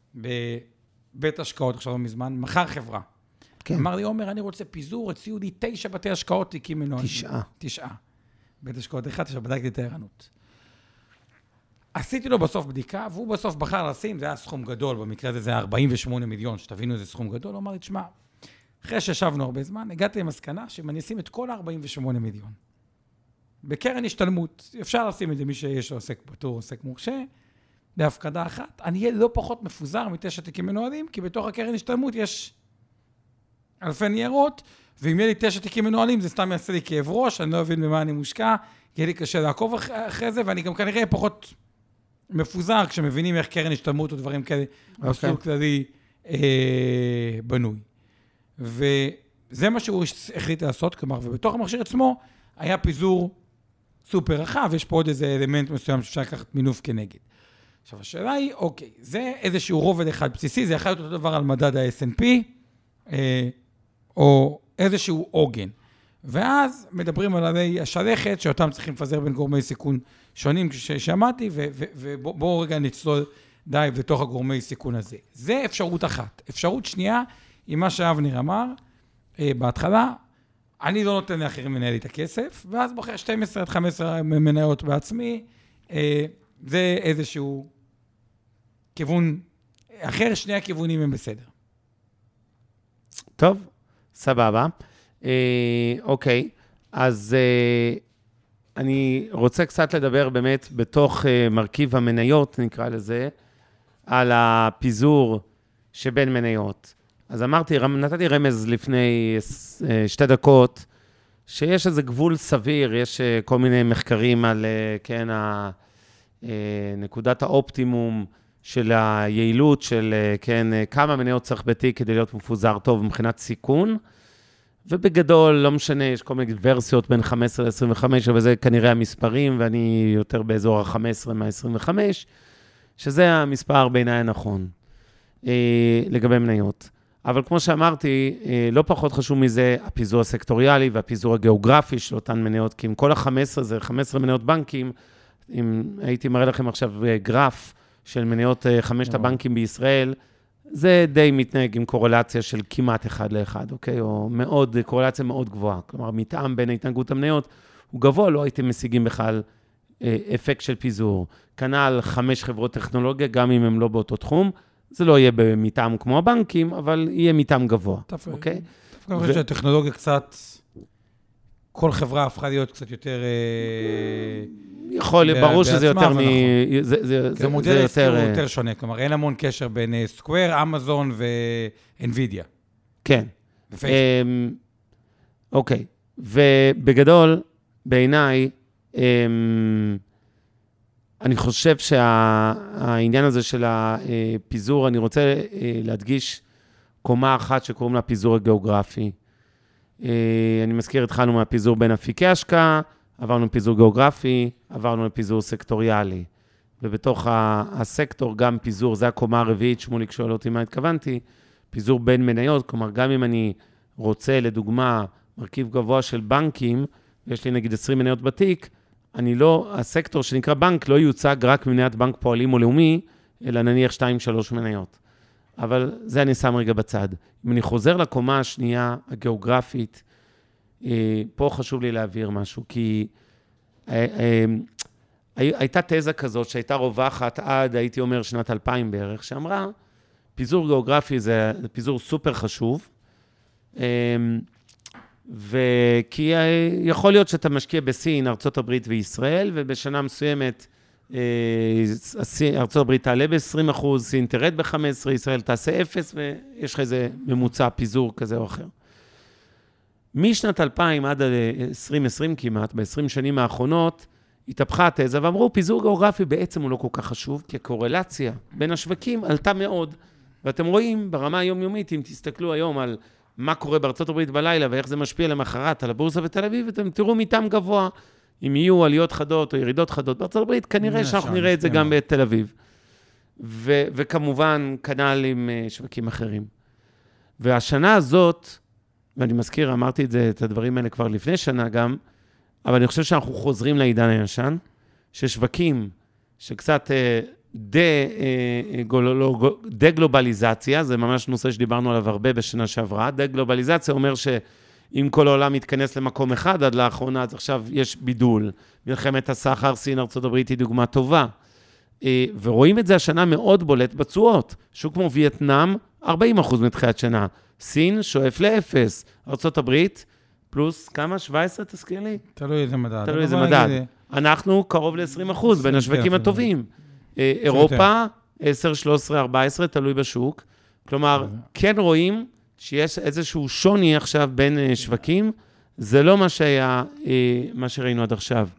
C: בבית השקעות, עכשיו לא מזמן, מחר חברה. כן. אמר לי, עומר, אני רוצה פיזור, הציעו לי תשע בתי השקעות, תיקים מנועים.
D: תשעה.
C: תשעה. בית השקעות אחד, עכשיו בדקתי את הערנות. עשיתי לו בסוף בדיקה, והוא בסוף בחר לשים, זה היה סכום גדול, במקרה הזה זה היה ארבעים ושמונה מיליון, שתבינו איזה סכום גדול, הוא אמר לי, תשמע, אחרי שישבנו הרבה זמן, הגעתי למסקנה שאם אני אשים את כל ה-ארבעים ושמונה מיליון, בקרן השתלמות, אפשר לשים את זה מי שיש לו עוסק פטור, עוסק מורשה, בהפקדה אחת, אני אהיה לא פחות מפוזר מתשע תיקים מנוהלים, כי בתוך הקרן השתלמות יש אלפי ניירות, ואם יהיה לי תשע תיקים מנוהלים, זה סתם יעשה לי כאב ראש, אני לא אבין במה אני מושקע, יהיה לי קשה לעקוב אחרי זה, ואני גם כנראה פחות מפוזר, כשמבינים איך קרן השתלמות או דברים כאלה, מסלול כללי אה, בנוי. וזה מה שהוא החליט לעשות, כלומר, ובתוך המכשיר עצמו, היה פיזור סופר רחב, יש פה עוד איזה אלמנט מסוים שאפשר לקחת מינוף כנגד. עכשיו, השאלה היא, אוקיי, זה איזשהו רובד אחד בסיסי, זה יכול להיות אותו דבר על מדד ה-אס אנד פי, אה, או איזשהו עוגן. ואז מדברים על עלי השלכת, שאותם צריכים לפזר בין גורמי סיכון שונים, ששמעתי, ובואו רגע נצלול די לתוך הגורמי סיכון הזה. זה אפשרות אחת. אפשרות שנייה, עם מה שאבנר אמר, אה, בהתחלה, אני לא נותן לאחרים לנהל לי את הכסף, ואז בוחר שתים עשרה עד חמש עשרה מניות בעצמי, אה, זה איזשהו כיוון אחר, שני הכיוונים הם בסדר.
D: טוב, סבבה. אה, אוקיי, אז אה, אני רוצה קצת לדבר באמת בתוך אה, מרכיב המניות, נקרא לזה, על הפיזור שבין מניות. אז אמרתי, נתתי רמז לפני אה, שתי דקות, שיש איזה גבול סביר, יש אה, כל מיני מחקרים על, אה, כן, ה, אה, נקודת האופטימום של היעילות של, אה, כן, אה, כמה מניות צריך בתיק כדי להיות מפוזר טוב מבחינת סיכון, ובגדול, לא משנה, יש כל מיני ורסיות בין חמש עשרה ל-עשרים וחמש, אבל זה כנראה המספרים, ואני יותר באזור ה-חמש עשרה מה-עשרים וחמש, שזה המספר בעיניי הנכון, אה, לגבי מניות. אבל כמו שאמרתי, אה, לא פחות חשוב מזה, הפיזור הסקטוריאלי והפיזור הגיאוגרפי של אותן מניות, כי עם כל ה-חמש עשרה, זה חמש עשרה מניות בנקים, אם הייתי מראה לכם עכשיו גרף של מניות חמשת הבנקים בישראל, זה די מתנהג עם קורלציה של כמעט אחד לאחד, אוקיי? או מאוד, קורלציה מאוד גבוהה. כלומר, מתאם בין ההתנהגות המניות הוא גבוה, לא הייתם משיגים בכלל אה, אפקט של פיזור. כנ"ל חמש חברות טכנולוגיה, גם אם הם לא באותו תחום, זה לא יהיה במתאם כמו הבנקים, אבל יהיה מתאם גבוה,
C: תפ...
D: אוקיי?
C: דווקא אני חושב שהטכנולוגיה קצת, כל חברה הפכה להיות קצת יותר... אה...
D: יכול, ברור שזה יותר מ...
C: זה, זה, זה מודל עסקי הוא יותר שונה, כלומר, אין המון קשר בין סקוואר, אמזון ואנווידיה. כן.
D: אוקיי, ובגדול, בעיניי, אני חושב שהעניין הזה של הפיזור, אני רוצה להדגיש קומה אחת שקוראים לה פיזור הגיאוגרפי. אני מזכיר, התחלנו מהפיזור בין אפיקי השקעה, עברנו לפיזור גיאוגרפי, עברנו לפיזור סקטוריאלי. ובתוך הסקטור גם פיזור, זה הקומה הרביעית, שמוליק שואל אותי מה התכוונתי, פיזור בין מניות, כלומר גם אם אני רוצה לדוגמה מרכיב גבוה של בנקים, ויש לי נגיד עשרים מניות בתיק, אני לא, הסקטור שנקרא בנק לא יוצג רק ממניית בנק פועלים או לאומי, אלא נניח שתיים שלוש מניות. אבל זה אני שם רגע בצד. אם אני חוזר לקומה השנייה הגיאוגרפית, פה חשוב לי להעביר משהו, כי הייתה תזה כזאת שהייתה רווחת עד, הייתי אומר, שנת אלפיים בערך, שאמרה, פיזור גיאוגרפי זה פיזור סופר חשוב, וכי יכול להיות שאתה משקיע בסין, ארצות הברית וישראל, ובשנה מסוימת ארצות הברית תעלה ב-עשרים אחוז, סין תרד ב-חמש עשרה, ישראל תעשה אפס, ויש לך איזה ממוצע פיזור כזה או אחר. משנת אלפיים עד עשרים עשרים כמעט, ב-עשרים שנים האחרונות, התהפכה התזה ואמרו, פיזור גיאוגרפי בעצם הוא לא כל כך חשוב, כי הקורלציה בין השווקים עלתה מאוד, ואתם רואים ברמה היומיומית, אם תסתכלו היום על מה קורה בארצות הברית בלילה, ואיך זה משפיע למחרת על הבורסה בתל אביב, אתם תראו מתאם גבוה, אם יהיו עליות חדות או ירידות חדות בארצות הברית, כנראה שאנחנו נראה את זה גם בתל אביב. ו- וכמובן, כנ"ל עם שווקים אחרים. והשנה הזאת, ואני מזכיר, אמרתי את זה, את הדברים האלה כבר לפני שנה גם, אבל אני חושב שאנחנו חוזרים לעידן הישן, ששווקים שקצת דה-גלובליזציה, זה ממש נושא שדיברנו עליו הרבה בשנה שעברה, דה-גלובליזציה אומר שאם כל העולם מתכנס למקום אחד עד לאחרונה, אז עכשיו יש בידול. מלחמת הסחר, סין, ארצות הברית היא דוגמה טובה. ורואים את זה השנה מאוד בולט בתשואות. שוק כמו וייטנאם, ארבעים אחוז מתחילת שנה. סין שואף לאפס. ארצות הברית, פלוס כמה? שבע עשרה, תזכיר לי?
C: תלוי איזה מדד.
D: תלוי איזה מדד. אנחנו קרוב ל-עשרים אחוז בין השווקים הטובים. אירופה, עשר, שלוש עשרה, ארבע עשרה, תלוי בשוק. כלומר, כן רואים שיש איזשהו שוני עכשיו בין שווקים, זה לא מה שהיה, מה שראינו עד עכשיו.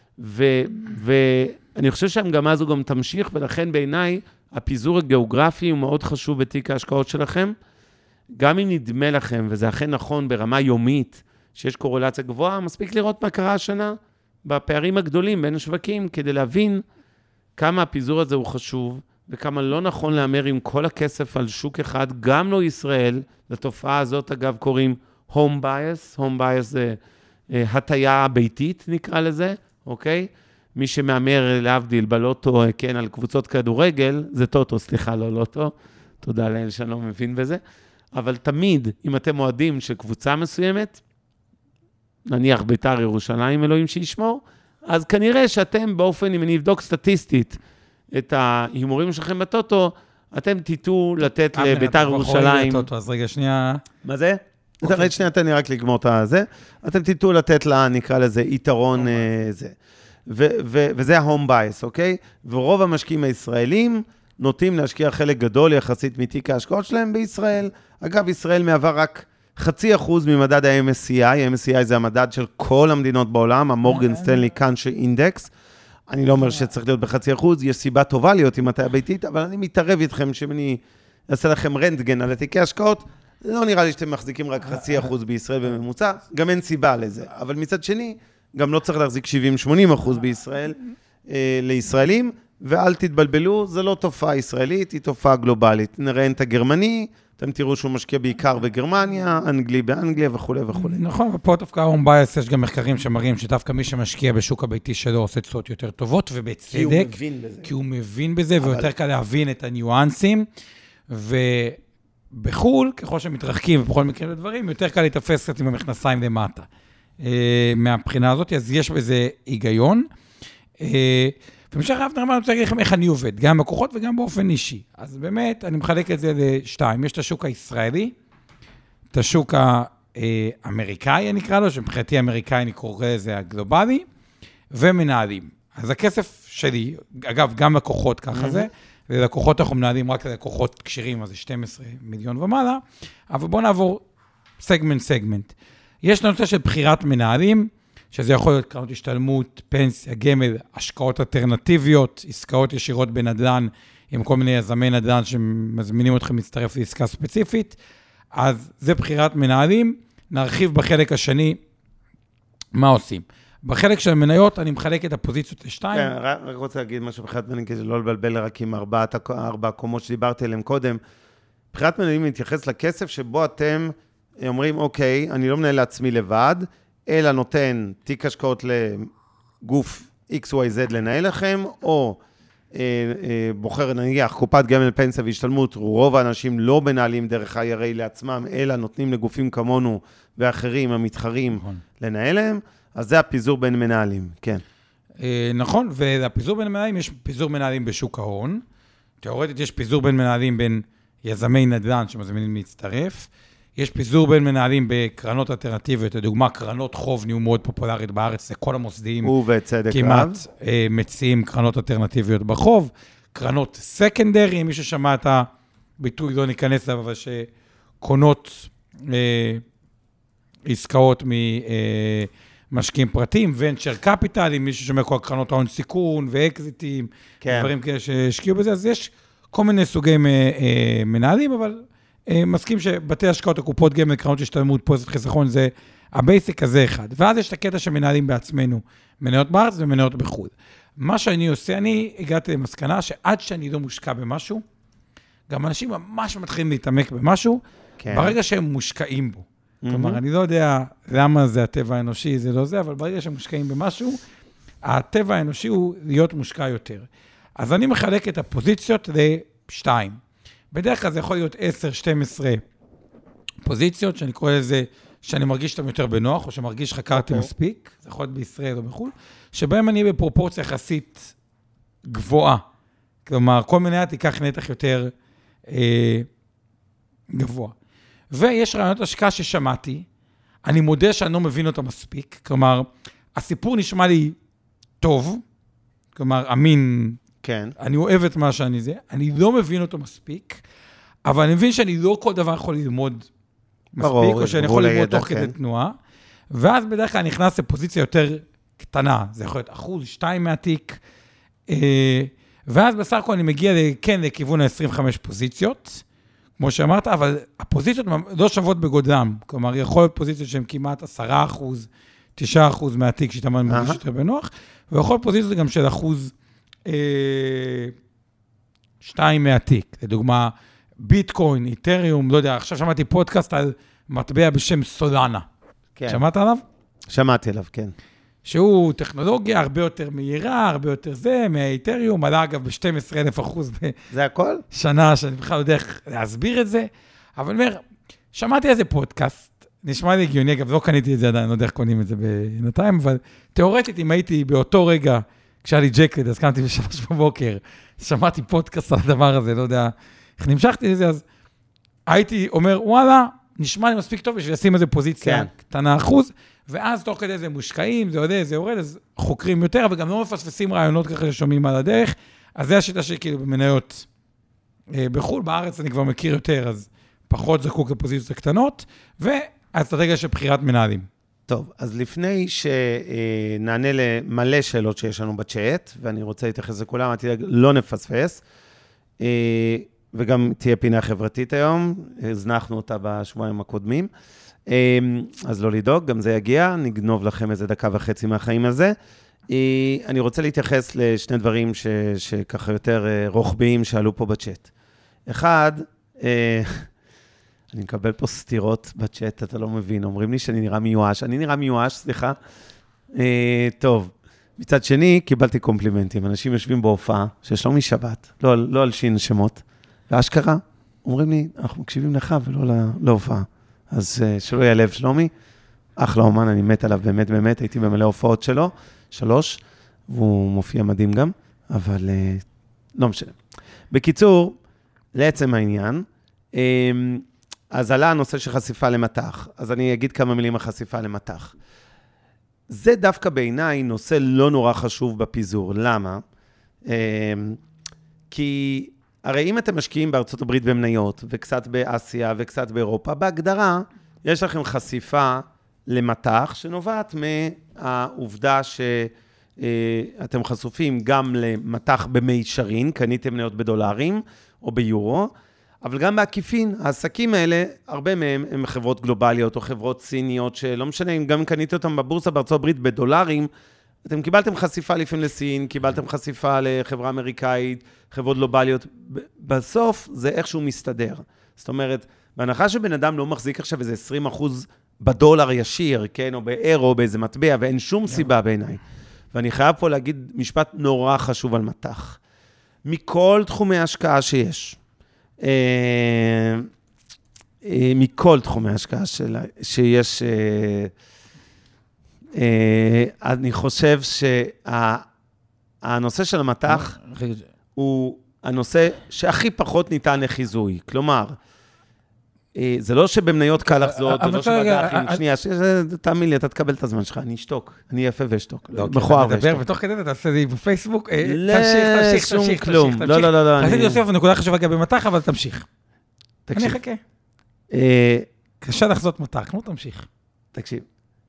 D: ואני חושב שהמגמה הזו גם תמשיך, ולכן בעיניי הפיזור הגיאוגרפי הוא מאוד חשוב בתיק ההשקעות שלכם. גם אם נדמה לכם, וזה אכן נכון ברמה יומית, שיש קורלציה גבוהה, מספיק לראות מה קרה השנה בפערים הגדולים בין השווקים, כדי להבין כמה הפיזור הזה הוא חשוב, וכמה לא נכון לאמר עם כל הכסף על שוק אחד, גם לא ישראל. לתופעה הזאת, אגב, קוראים home bias. home bias זה הטיה ביתית, נקרא לזה, אוקיי? מי שמאמר להבדיל בלוטו, כן, על קבוצות כדורגל, זה טוטו, סליחה, לא לוטו. תודה לאל שאני לא מבין בזה. אבל תמיד, אם אתם מועדים של קבוצה מסוימת, נניח ביתר ירושלים, אלוהים שישמור, אז כנראה שאתם באופן, אם אני אבדוק סטטיסטית את ההימורים שלכם בטוטו, אתם תיתו לתת לביתר ירושלים.
C: אז רגע, שנייה.
D: מה זה? רגע, שנייה, תן לי רק לגמור את זה. אתם תיתו לתת לה, נקרא לזה, יתרון זה. וזה ה-home bias, אוקיי? ורוב המשקיעים הישראלים נוטים להשקיע חלק גדול יחסית מתיק ההשקעות שלהם בישראל. אגב, ישראל מהווה רק חצי אחוז ממדד ה-אם אס סי איי. ה-אם אס סי איי זה המדד של כל המדינות בעולם, המורגן סטנלי קאנטרי אינדקס. אני לא אומר שצריך להיות בחצי אחוז, יש סיבה טובה להיות עם הטיה ביתית, אבל אני מתערב איתכם שאם אני אעשה לכם רנטגן על התיקי השקעות, לא נראה לי שאתם מחזיקים רק חצי אחוז בישראל בממוצע, גם אין סיבה לזה. אבל מצד שני, גם לא צריך להחזיק שבעים שמונים אחוז בישראל אה, לישראלים, ואל תתבלבלו, זה לא תופעה ישראלית, היא תופעה גלובלית. נראה את הגרמני, אתם תראו שהוא משקיע בעיקר בגרמניה, אנגלי באנגליה וכו' וכו'.
C: נכון, ופה דווקא הום בייס, יש גם מחקרים שמראים שדווקא מי שמשקיע בשוק הביתי שלו עושה תשואות יותר טובות, ובצדק. כי הוא
D: מבין בזה.
C: כי הוא מבין בזה, אבל... ויותר קל להבין את הניואנסים, ובחול, ככל שמתרחקים ובכל מקרים לדברים, יותר קל להתאפס קצת עם המכנסיים למטה. מהבחינה הזאת, אז יש בזה היגיון. ומשך אבנר, אני רוצה להגיד לכם איך אני עובד, גם בכוחות וגם באופן אישי. אז באמת, אני מחלק את זה לשתיים. יש את השוק הישראלי, את השוק האמריקאי, אני אקרא לו, שמבחינתי האמריקאי אני קורא לזה הגלובלי, ומנהלים. אז הכסף שלי, אגב, גם לקוחות ככה זה, ולקוחות אנחנו מנהלים רק ללקוחות קשירים, אז זה שנים עשר מיליון ומעלה, אבל בואו נעבור סגמנט סגמנט. יש נושא של בחירת מנהלים, שזה יכול להיות קרנות השתלמות, פנסיה, גמל, השקעות אלטרנטיביות, עסקאות ישירות בנדל"ן, עם כל מיני יזמי נדל"ן שמזמינים אתכם להצטרף לעסקה ספציפית. אז זה בחירת מנהלים. נרחיב בחלק השני מה עושים. בחלק של המניות אני מחלק את הפוזיציות לשתיים.
D: כן, רק רוצה להגיד משהו בחירת מנהלים, כדי לא לבלבל רק עם ארבע קומות שדיברתי עליהם קודם. בחירת מנהלים מתייחס לכסף שבו אתם אומרים, אוקיי, אני לא מנהל לעצמי לבד, אלא נותן תיק השקעות לגוף אקס וואי זד לנהל לכם, או אה, אה, בוחר נניח קופת גמל פנסיה והשתלמות, רוב האנשים לא מנהלים דרך ה-איי אר איי לעצמם, אלא נותנים לגופים כמונו ואחרים, המתחרים, נכון. לנהל להם, אז זה הפיזור בין מנהלים, כן.
C: אה, נכון, והפיזור בין מנהלים, יש פיזור מנהלים בשוק ההון, תיאורטית יש פיזור בין מנהלים בין יזמי נדל"ן שמזמינים להצטרף, יש פיזור בין מנהלים בקרנות אלטרנטיביות, לדוגמה, קרנות חוב נהיו מאוד פופולרית בארץ, זה כל המוסדיים כמעט אה, מציעים קרנות אלטרנטיביות בחוב, קרנות סקנדרי, מי ששמע את הביטוי לא ניכנס לב, אבל שקונות אה, עסקאות ממשקיעים פרטיים, ונצ'ר קפיטל, מי ששומע כל קרנות ההון סיכון ואקזיטים, כן. דברים כאלה שהשקיעו בזה, אז יש כל מיני סוגי אה, מנהלים, אבל... מסכים שבתי השקעות, הקופות גמל, קרנות השתלמות, פוזיט חיסכון, זה הבייסיק הזה אחד. ואז יש את הקטע שמנהלים בעצמנו, מניות בארץ ומניות בחו"ל. מה שאני עושה, אני הגעתי למסקנה שעד שאני לא מושקע במשהו, גם אנשים ממש מתחילים להתעמק במשהו, כן. ברגע שהם מושקעים בו. Mm-hmm. כלומר, אני לא יודע למה זה הטבע האנושי, זה לא זה, אבל ברגע שהם מושקעים במשהו, הטבע האנושי הוא להיות מושקע יותר. אז אני מחלק את הפוזיציות לשתיים. בדרך כלל זה יכול להיות עשר שתים עשרה פוזיציות, שאני קורא לזה, שאני מרגיש אותם יותר בנוח, או שמרגיש חקרתי okay. מספיק, זה יכול להיות בישראל או בחו"ל, שבהם אני בפרופורציה יחסית גבוהה כלומר, כל מניה תיקח נתח יותר אה, גבוה. ויש רעיונות השקעה ששמעתי, אני מודה שאני לא מבין אותה מספיק, כלומר, הסיפור נשמע לי טוב, כלומר, אמין,
D: כן.
C: אני אוהב את מה שאני זה, אני לא מבין אותו מספיק, אבל אני מבין שאני לא כל דבר יכול ללמוד מספיק, ברור, או שאני יכול ללמוד ידע, תוך כן. כדי תנועה, ואז בדרך כלל אני נכנס לפוזיציה יותר קטנה, זה יכול להיות אחוז, שתיים מהתיק, ואז בסך הכל אני מגיע כן לכיוון ה-עשרים וחמש פוזיציות, כמו שאמרת, אבל הפוזיציות לא שוות בגודלם, כלומר, יכול להיות פוזיציות שהן כמעט עשרה אחוז, תשעה אחוז מהתיק, שאתה מרגיש יותר בנוח, ויכול להיות פוזיציות גם של אחוז שתיים מהתיק, לדוגמה, ביטקוין, איתריום, לא יודע, עכשיו שמעתי פודקאסט על מטבע בשם סולנה. כן. שמעת עליו?
D: שמעתי עליו, כן.
C: שהוא טכנולוגיה הרבה יותר מהירה, הרבה יותר זה, מהאיתריום, עלה אגב ב-שנים עשר אלף אחוז.
D: זה הכל?
C: שנה, שאני בכלל לא יודע איך להסביר את זה, אבל אני אומר, שמעתי איזה פודקאסט, נשמע לי הגיוני, אגב, לא קניתי את זה עדיין, לא יודע איך קונים את זה בינתיים, אבל תיאורטית, אם הייתי באותו רגע, כשהיה לי ג'קלד, אז קמתי בשלוש בבוקר, שמעתי פודקאסט על הדבר הזה, לא יודע איך נמשכתי לזה, אז הייתי אומר, וואלה, נשמע לי מספיק טוב, בשביל לשים איזה פוזיציה כן. קטנה אחוז, ואז תוך כדי זה מושקעים, זה עולה, זה יורד, אז חוקרים יותר, אבל גם לא מפספסים רעיונות ככה ששומעים על הדרך, אז זה השיטה שכאילו במניות בחול, בארץ אני כבר מכיר יותר, אז פחות זקוק לפוזיציות הקטנות, והאסטרטגיה של בחירת מנהלים.
D: טוב, אז לפני שנענה למלא שאלות שיש לנו בצ'אט, ואני רוצה להתייחס לכולם, לא נפספס, וגם תהיה פינה חברתית היום, הזנחנו אותה בשבועיים הקודמים, אז לא לדאוג, גם זה יגיע, נגנוב לכם איזה דקה וחצי מהחיים הזה. אני רוצה להתייחס לשני דברים ש, שככה יותר רוחביים שעלו פה בצ'אט. אחד, אני מקבל פה סתירות בצ'אט, אתה לא מבין, אומרים לי שאני נראה מיואש, אני נראה מיואש, סליחה. טוב, מצד שני, קיבלתי קומפלימנטים, אנשים יושבים בהופעה, ששלומי שבת, לא, לא על שין שמות, ואשכרה, אומרים לי, אנחנו מקשיבים לך ולא להופעה. אז שלא יהיה לב שלומי, אחלה אומן, אני מת עליו באמת באמת, הייתי במלא הופעות שלו, שלוש, והוא מופיע מדהים גם, אבל לא משנה. בקיצור, לעצם העניין, אז עלה הנושא של חשיפה למתח, אז אני אגיד כמה מילים על חשיפה למתח. זה דווקא בעיניי נושא לא נורא חשוב בפיזור, למה? כי הרי אם אתם משקיעים בארצות הברית במניות, וקצת באסיה וקצת באירופה, בהגדרה יש לכם חשיפה למתח, שנובעת מהעובדה שאתם חשופים גם למתח במישרין, קניתם מניות בדולרים או ביורו, אבל גם בעקיפין, העסקים האלה, הרבה מהם הם חברות גלובליות או חברות סיניות, שלא משנה, אם גם קניתם אותם בבורסה בארצות הברית בדולרים, אתם קיבלתם חשיפה לפעמים לסין, קיבלתם חשיפה לחברה אמריקאית, חברות גלובליות, בסוף זה איכשהו מסתדר. זאת אומרת, בהנחה שבן אדם לא מחזיק עכשיו איזה עשרים אחוז בדולר ישיר, כן, או באירו, או באיזה מטבע, ואין שום סיבה בעיניי. ואני חייב פה להגיד משפט נורא חשוב על מתח. מכל תחומי ההשקעה שיש, מכל תחומי ההשקעה שיש, אני חושב שהנושא של המתח הוא הנושא שהכי פחות ניתן לחיזוי. כלומר, זה לא שבמניות קל לחזות, זה לא שבדחים, שנייה, תאמין לי, אתה תקבל את הזמן שלך, אני אשתוק, אני יפה ואשתוק, מכוער ואשתוק.
C: ותוך כדי, אתה תעשה לי בפייסבוק, תמשיך, תמשיך, תמשיך,
D: כלום, לא, לא, לא.
C: רציתי להוסיף נקודה חשובה גם במתח, אבל תמשיך. אני אחכה. קשה לחזות מתח, נו תמשיך.
D: תקשיב,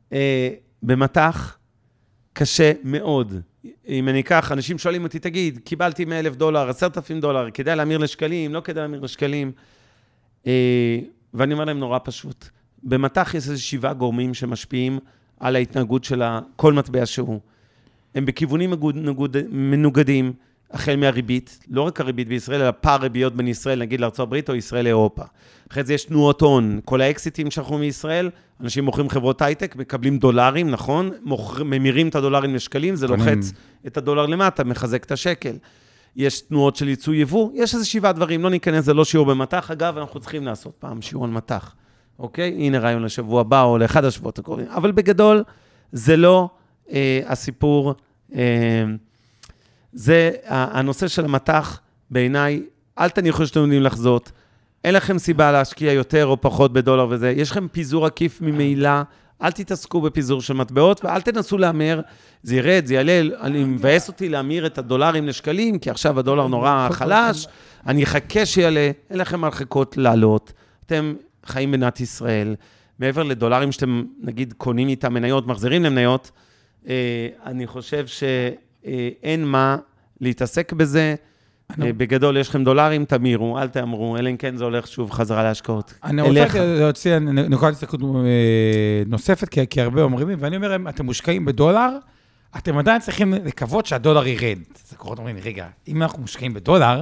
D: במתח קשה מאוד. אם אני אקח, אנשים שואלים אותי, תגיד, קיבלתי מאה אלף דולר, עשרת אלפים דולר, כדאי להמיר לשקלים, לא כדאי להמיר לשקלים. ואני אומר להם נורא פשוט. במתח יש איזה שבעה גורמים שמשפיעים על ההתנהגות של כל מטבע שהוא. הם בכיוונים מנוגדים, החל מהריבית, לא רק הריבית בישראל, אלא פער ריביות בין ישראל, נגיד לארצות הברית או ישראל לאירופה. אחרי זה יש תנועות הון, כל האקסיטים שאנחנו מישראל, אנשים מוכרים חברות הייטק, מקבלים דולרים, נכון? מוכר, ממירים את הדולרים לשקלים, זה לוחץ את הדולר למטה, מחזק את השקל. יש תנועות של ייצוא יבוא, יש איזה שבעה דברים, לא ניכנס, זה לא שיעור במתח, אגב, אנחנו צריכים לעשות פעם שיעור על מתח, אוקיי? הנה רעיון לשבוע הבא או לאחד השבועות הקרובים, אבל בגדול, זה לא אה, הסיפור, אה, זה הנושא של המתח, בעיניי, אל תניחו שאתם יודעים לחזות, אין לכם סיבה להשקיע יותר או פחות בדולר וזה, יש לכם פיזור עקיף ממילא, אל תתעסקו בפיזור של מטבעות, ואל תנסו להמר, זה ירד, זה יעלה, אני מבאס אותי להמיר את הדולרים לשקלים, כי עכשיו הדולר נורא חלש, אני אחכה שיעלה, אין לכם מרחקות לעלות, אתם חיים במדינת ישראל, מעבר לדולרים שאתם, נגיד, קונים איתם מניות, מחזירים למניות, אני חושב שאין מה להתעסק בזה, בגדול יש לכם דולרים, תמירו, אל תאמרו, אלא אם כן זה הולך שוב חזרה להשקעות.
C: אני רוצה להוציא נקודת הסתכלות נוספת, כי הרבה אומרים לי, ואני אומר, אתם מושקעים בדולר, אתם עדיין צריכים לקוות שהדולר ירד. אז הקורות אומרים לי, רגע, אם אנחנו מושקעים בדולר,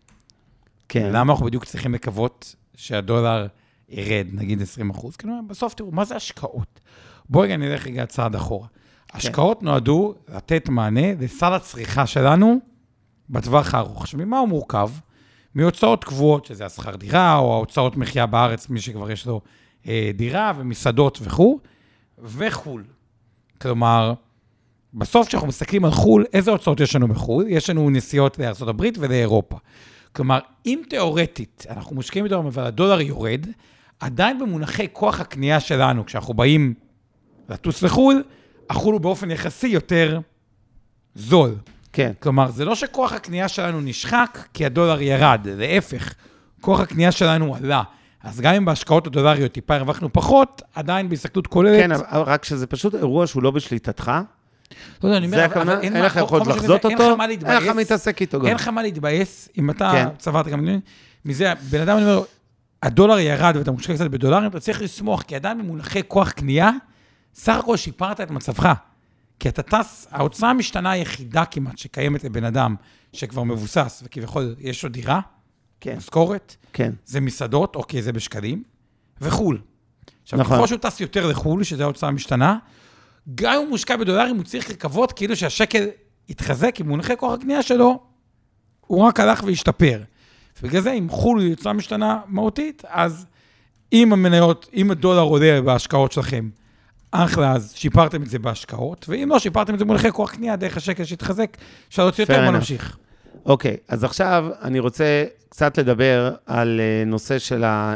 C: למה אנחנו בדיוק צריכים לקוות שהדולר ירד, נגיד עשרים אחוז? כי בסוף תראו, מה זה השקעות? בואו רגע נלך רגע צעד אחורה. השקעות נועדו לתת מענה לסל הצריכה שלנו, בטווח הארוך. עכשיו, ממה הוא מורכב? מהוצאות קבועות, שזה השכר דירה, או ההוצאות מחיה בארץ, מי שכבר יש לו אה, דירה, ומסעדות וכו', וחול. כלומר, בסוף כשאנחנו מסתכלים על חול, איזה הוצאות יש לנו בחול? יש לנו נסיעות לארצות הברית ולאירופה. כלומר, אם תיאורטית, אנחנו מושקעים בדולר, אבל הדולר יורד, עדיין במונחי כוח הקנייה שלנו, כשאנחנו באים לטוס לחול, החול הוא באופן יחסי יותר זול.
D: כן.
C: כלומר, זה לא שכוח הקנייה שלנו נשחק, כי הדולר ירד, להפך, כוח הקנייה שלנו עלה. אז גם אם בהשקעות הדולריות טיפה הרווחנו פחות, עדיין בהסתכלות כוללת...
D: כן, רק שזה פשוט אירוע שהוא לא בשליטתך.
C: לא, לא, אני אומר, אבל
D: אין לך יכולת לחזות אותו, אין לך מתעסק איתו גם.
C: אין לך מה להתבאס, אם אתה צברת גם... מזה, בן אדם, אני אומר, הדולר ירד ואתה מושקע קצת בדולרים, אתה צריך לסמוך, כי עדיין במונחי כוח קנייה, סך הכל שיפרת את מצבך. כי אתה טס, ההוצאה המשתנה היחידה כמעט שקיימת לבן אדם, שכבר מבוסס, וכביכול יש לו דירה,
D: כן.
C: משכורת,
D: כן.
C: זה מסעדות, אוקיי, זה בשקלים, וחול. עכשיו,
D: נכון.
C: ככל שהוא טס יותר לחול, שזה ההוצאה המשתנה, גם אם הוא מושקע בדולרים, הוא צריך לקוות כאילו שהשקל יתחזק, עם מונחי כוח הקנייה שלו, הוא רק הלך והשתפר. ובגלל זה, אם חול היא הוצאה משתנה מהותית, אז אם המניות, אם הדולר עולה בהשקעות שלכם, אחלה, אז שיפרתם את זה בהשקעות, ואם לא, שיפרתם את זה מונחי כוח קנייה, דרך השקל שהתחזק, אפשר להוציא יותר, בוא נמשיך.
D: אוקיי, אז עכשיו אני רוצה קצת לדבר על נושא של ה...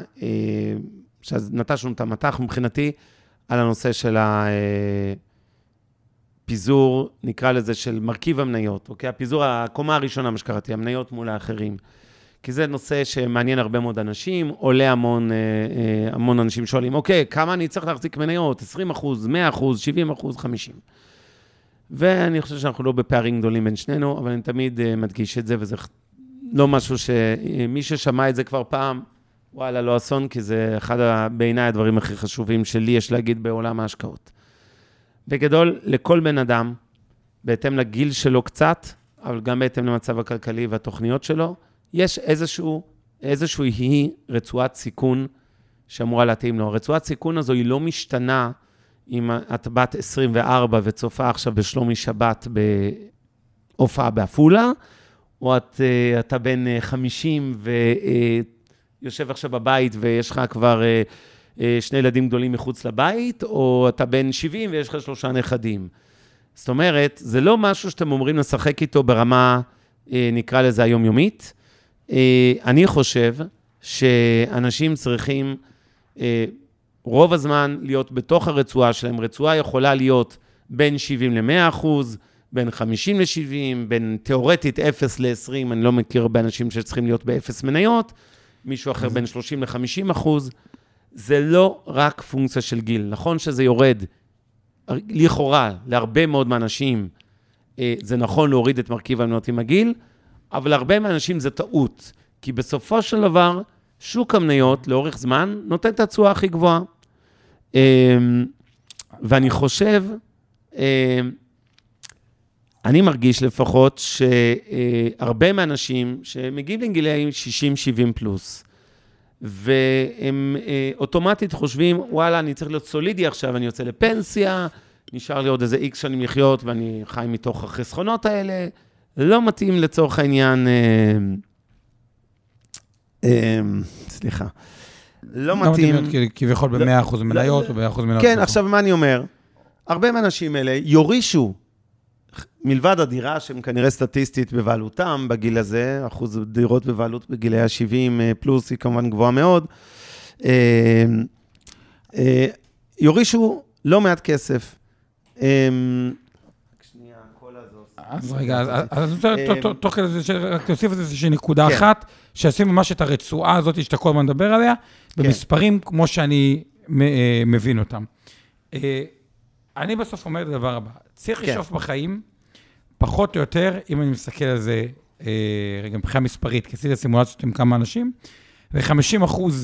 D: שנטשנו את המתח מבחינתי, על הנושא של הפיזור, נקרא לזה, של מרכיב המניות, אוקיי? הפיזור, הקומה הראשונה, מה שקראתי, המניות מול האחרים. כי זה נושא שמעניין הרבה מאוד אנשים, עולה המון, המון אנשים שואלים, אוקיי, כמה אני צריך להחזיק מניות? עשרים אחוז, מאה אחוז, שבעים אחוז, חמישים. ואני חושב שאנחנו לא בפערים גדולים בין שנינו, אבל אני תמיד מדגיש את זה, וזה לא משהו שמי ששמע את זה כבר פעם, וואלה, לא אסון, כי זה אחד בעיניי הדברים הכי חשובים שלי יש להגיד בעולם ההשקעות. בגדול, לכל בן אדם, בהתאם לגיל שלו קצת, אבל גם בהתאם למצב הכלכלי והתוכניות שלו, יש איזשהו, איזשהו היא רצועת סיכון שאמורה להתאים לו. הרצועת סיכון הזו היא לא משתנה אם את בת עשרים וארבע וצופה עכשיו בשלומי שבת בהופעה באפולה, או את, אתה בן חמישים ויושב עכשיו בבית ויש לך כבר שני ילדים גדולים מחוץ לבית, או אתה בן שבעים ויש לך שלושה נכדים. זאת אומרת, זה לא משהו שאתם אומרים לשחק איתו ברמה, נקרא לזה היומיומית. אני חושב שאנשים צריכים רוב הזמן להיות בתוך הרצועה שלהם. רצועה יכולה להיות בין שבעים למאה אחוז, בין חמישים לשבעים, בין תיאורטית אפס ל-עשרים, אני לא מכיר הרבה אנשים שצריכים להיות באפס מניות, מישהו אחר בין שלושים לחמישים אחוז. זה לא רק פונקציה של גיל. נכון שזה יורד, לכאורה, להרבה מאוד מהאנשים, זה נכון להוריד את מרכיב המניות עם הגיל, אבל הרבה מהאנשים זה טעות, כי בסופו של דבר, שוק המניות לאורך זמן נותן את התשואה הכי גבוהה. ואני חושב, אני מרגיש לפחות שהרבה מהאנשים שמגיעים לגילי שישים שבעים פלוס, והם אוטומטית חושבים, וואלה, אני צריך להיות סולידי עכשיו, אני יוצא לפנסיה, נשאר לי עוד איזה איקס שנים לחיות, ואני חי מתוך החסכונות האלה, לא מתאים לצורך העניין, סליחה, לא מתאים.
C: לא מתאים כביכול ב-מאה אחוז מניות או ב-מאה אחוז מניות.
D: כן, עכשיו מה אני אומר? הרבה מהאנשים האלה יורישו מלבד הדירה שהם כנראה סטטיסטית בבעלותם בגיל הזה, אחוז דירות בבעלות בגילי ה-שבעים פלוס היא כמובן גבוהה מאוד, יורישו לא מעט כסף.
C: אז רגע, אז תוך כדי רק תוסיף איזושהי נקודה אחת, שעושים ממש את הרצועה הזאת שאתה כל הזמן מדבר עליה, במספרים כמו שאני מבין אותם. אני בסוף אומר את הדבר הבא, צריך לשאוף בחיים, פחות או יותר, אם אני מסתכל על זה, רגע, מבחינה מספרית, כי עשיתי סימולציות עם כמה אנשים, ו-חמישים אחוז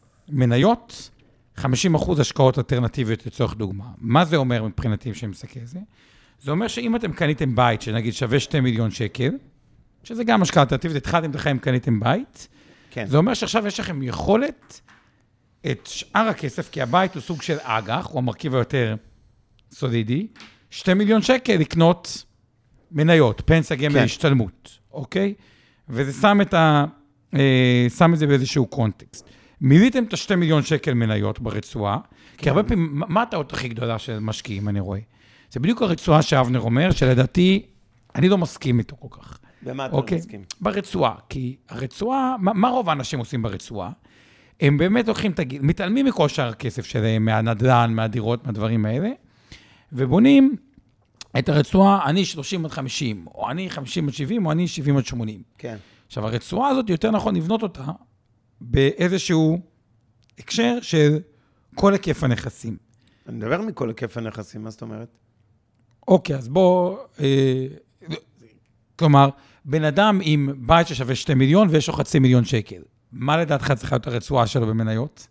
C: מניות, חמישים אחוז השקעות אלטרנטיביות לצורך דוגמה. מה זה אומר מבחינתי שאני מסתכל על זה? זה אומר שאם אתם קניתם בית, שנגיד שווה שני מיליון שקל, שזה גם השקעה אלטרנטיבית, התחלתם את החיים, קניתם בית, כן. זה אומר שעכשיו יש לכם יכולת את שאר הכסף, כי הבית הוא סוג של אג"ח, הוא המרכיב היותר סולידי, שני מיליון שקל לקנות מניות, פנסיה גמל, כן. השתלמות, אוקיי? וזה שם את, ה, אה, שם את זה באיזשהו קונטקסט. מיליתם את השתי מיליון שקל מניות ברצועה, כן. כי הרבה פעמים, מה הטעות הכי גדולה של משקיעים, אני רואה? זה בדיוק הרצועה שאבנר אומר, שלדעתי, אני לא מסכים איתו כל כך.
D: במה אתה אוקיי? מסכים?
C: ברצועה, כי הרצועה, מה, מה רוב האנשים עושים ברצועה? הם באמת הולכים, תגיד, מתעלמים מכל שאר הכסף שלהם, מהנדל"ן, מהדירות, מהדברים האלה, ובונים את הרצועה, אני שלושים עד חמישים, או אני חמישים עד שבעים, או אני שבעים עד שמונים.
D: כן.
C: עכשיו, הרצועה הזאת יותר נכון לבנות אותה, באיזשהו הקשר של כל היקף הנכסים.
D: אני מדבר מכל היקף הנכסים, מה זאת אומרת?
C: אוקיי, אז בוא, אה, כלומר, בן אדם עם בית ששווה שתי מיליון ויש לו חצי מיליון שקל. מה לדעתך צריכה להיות הרצועה שלו במניות?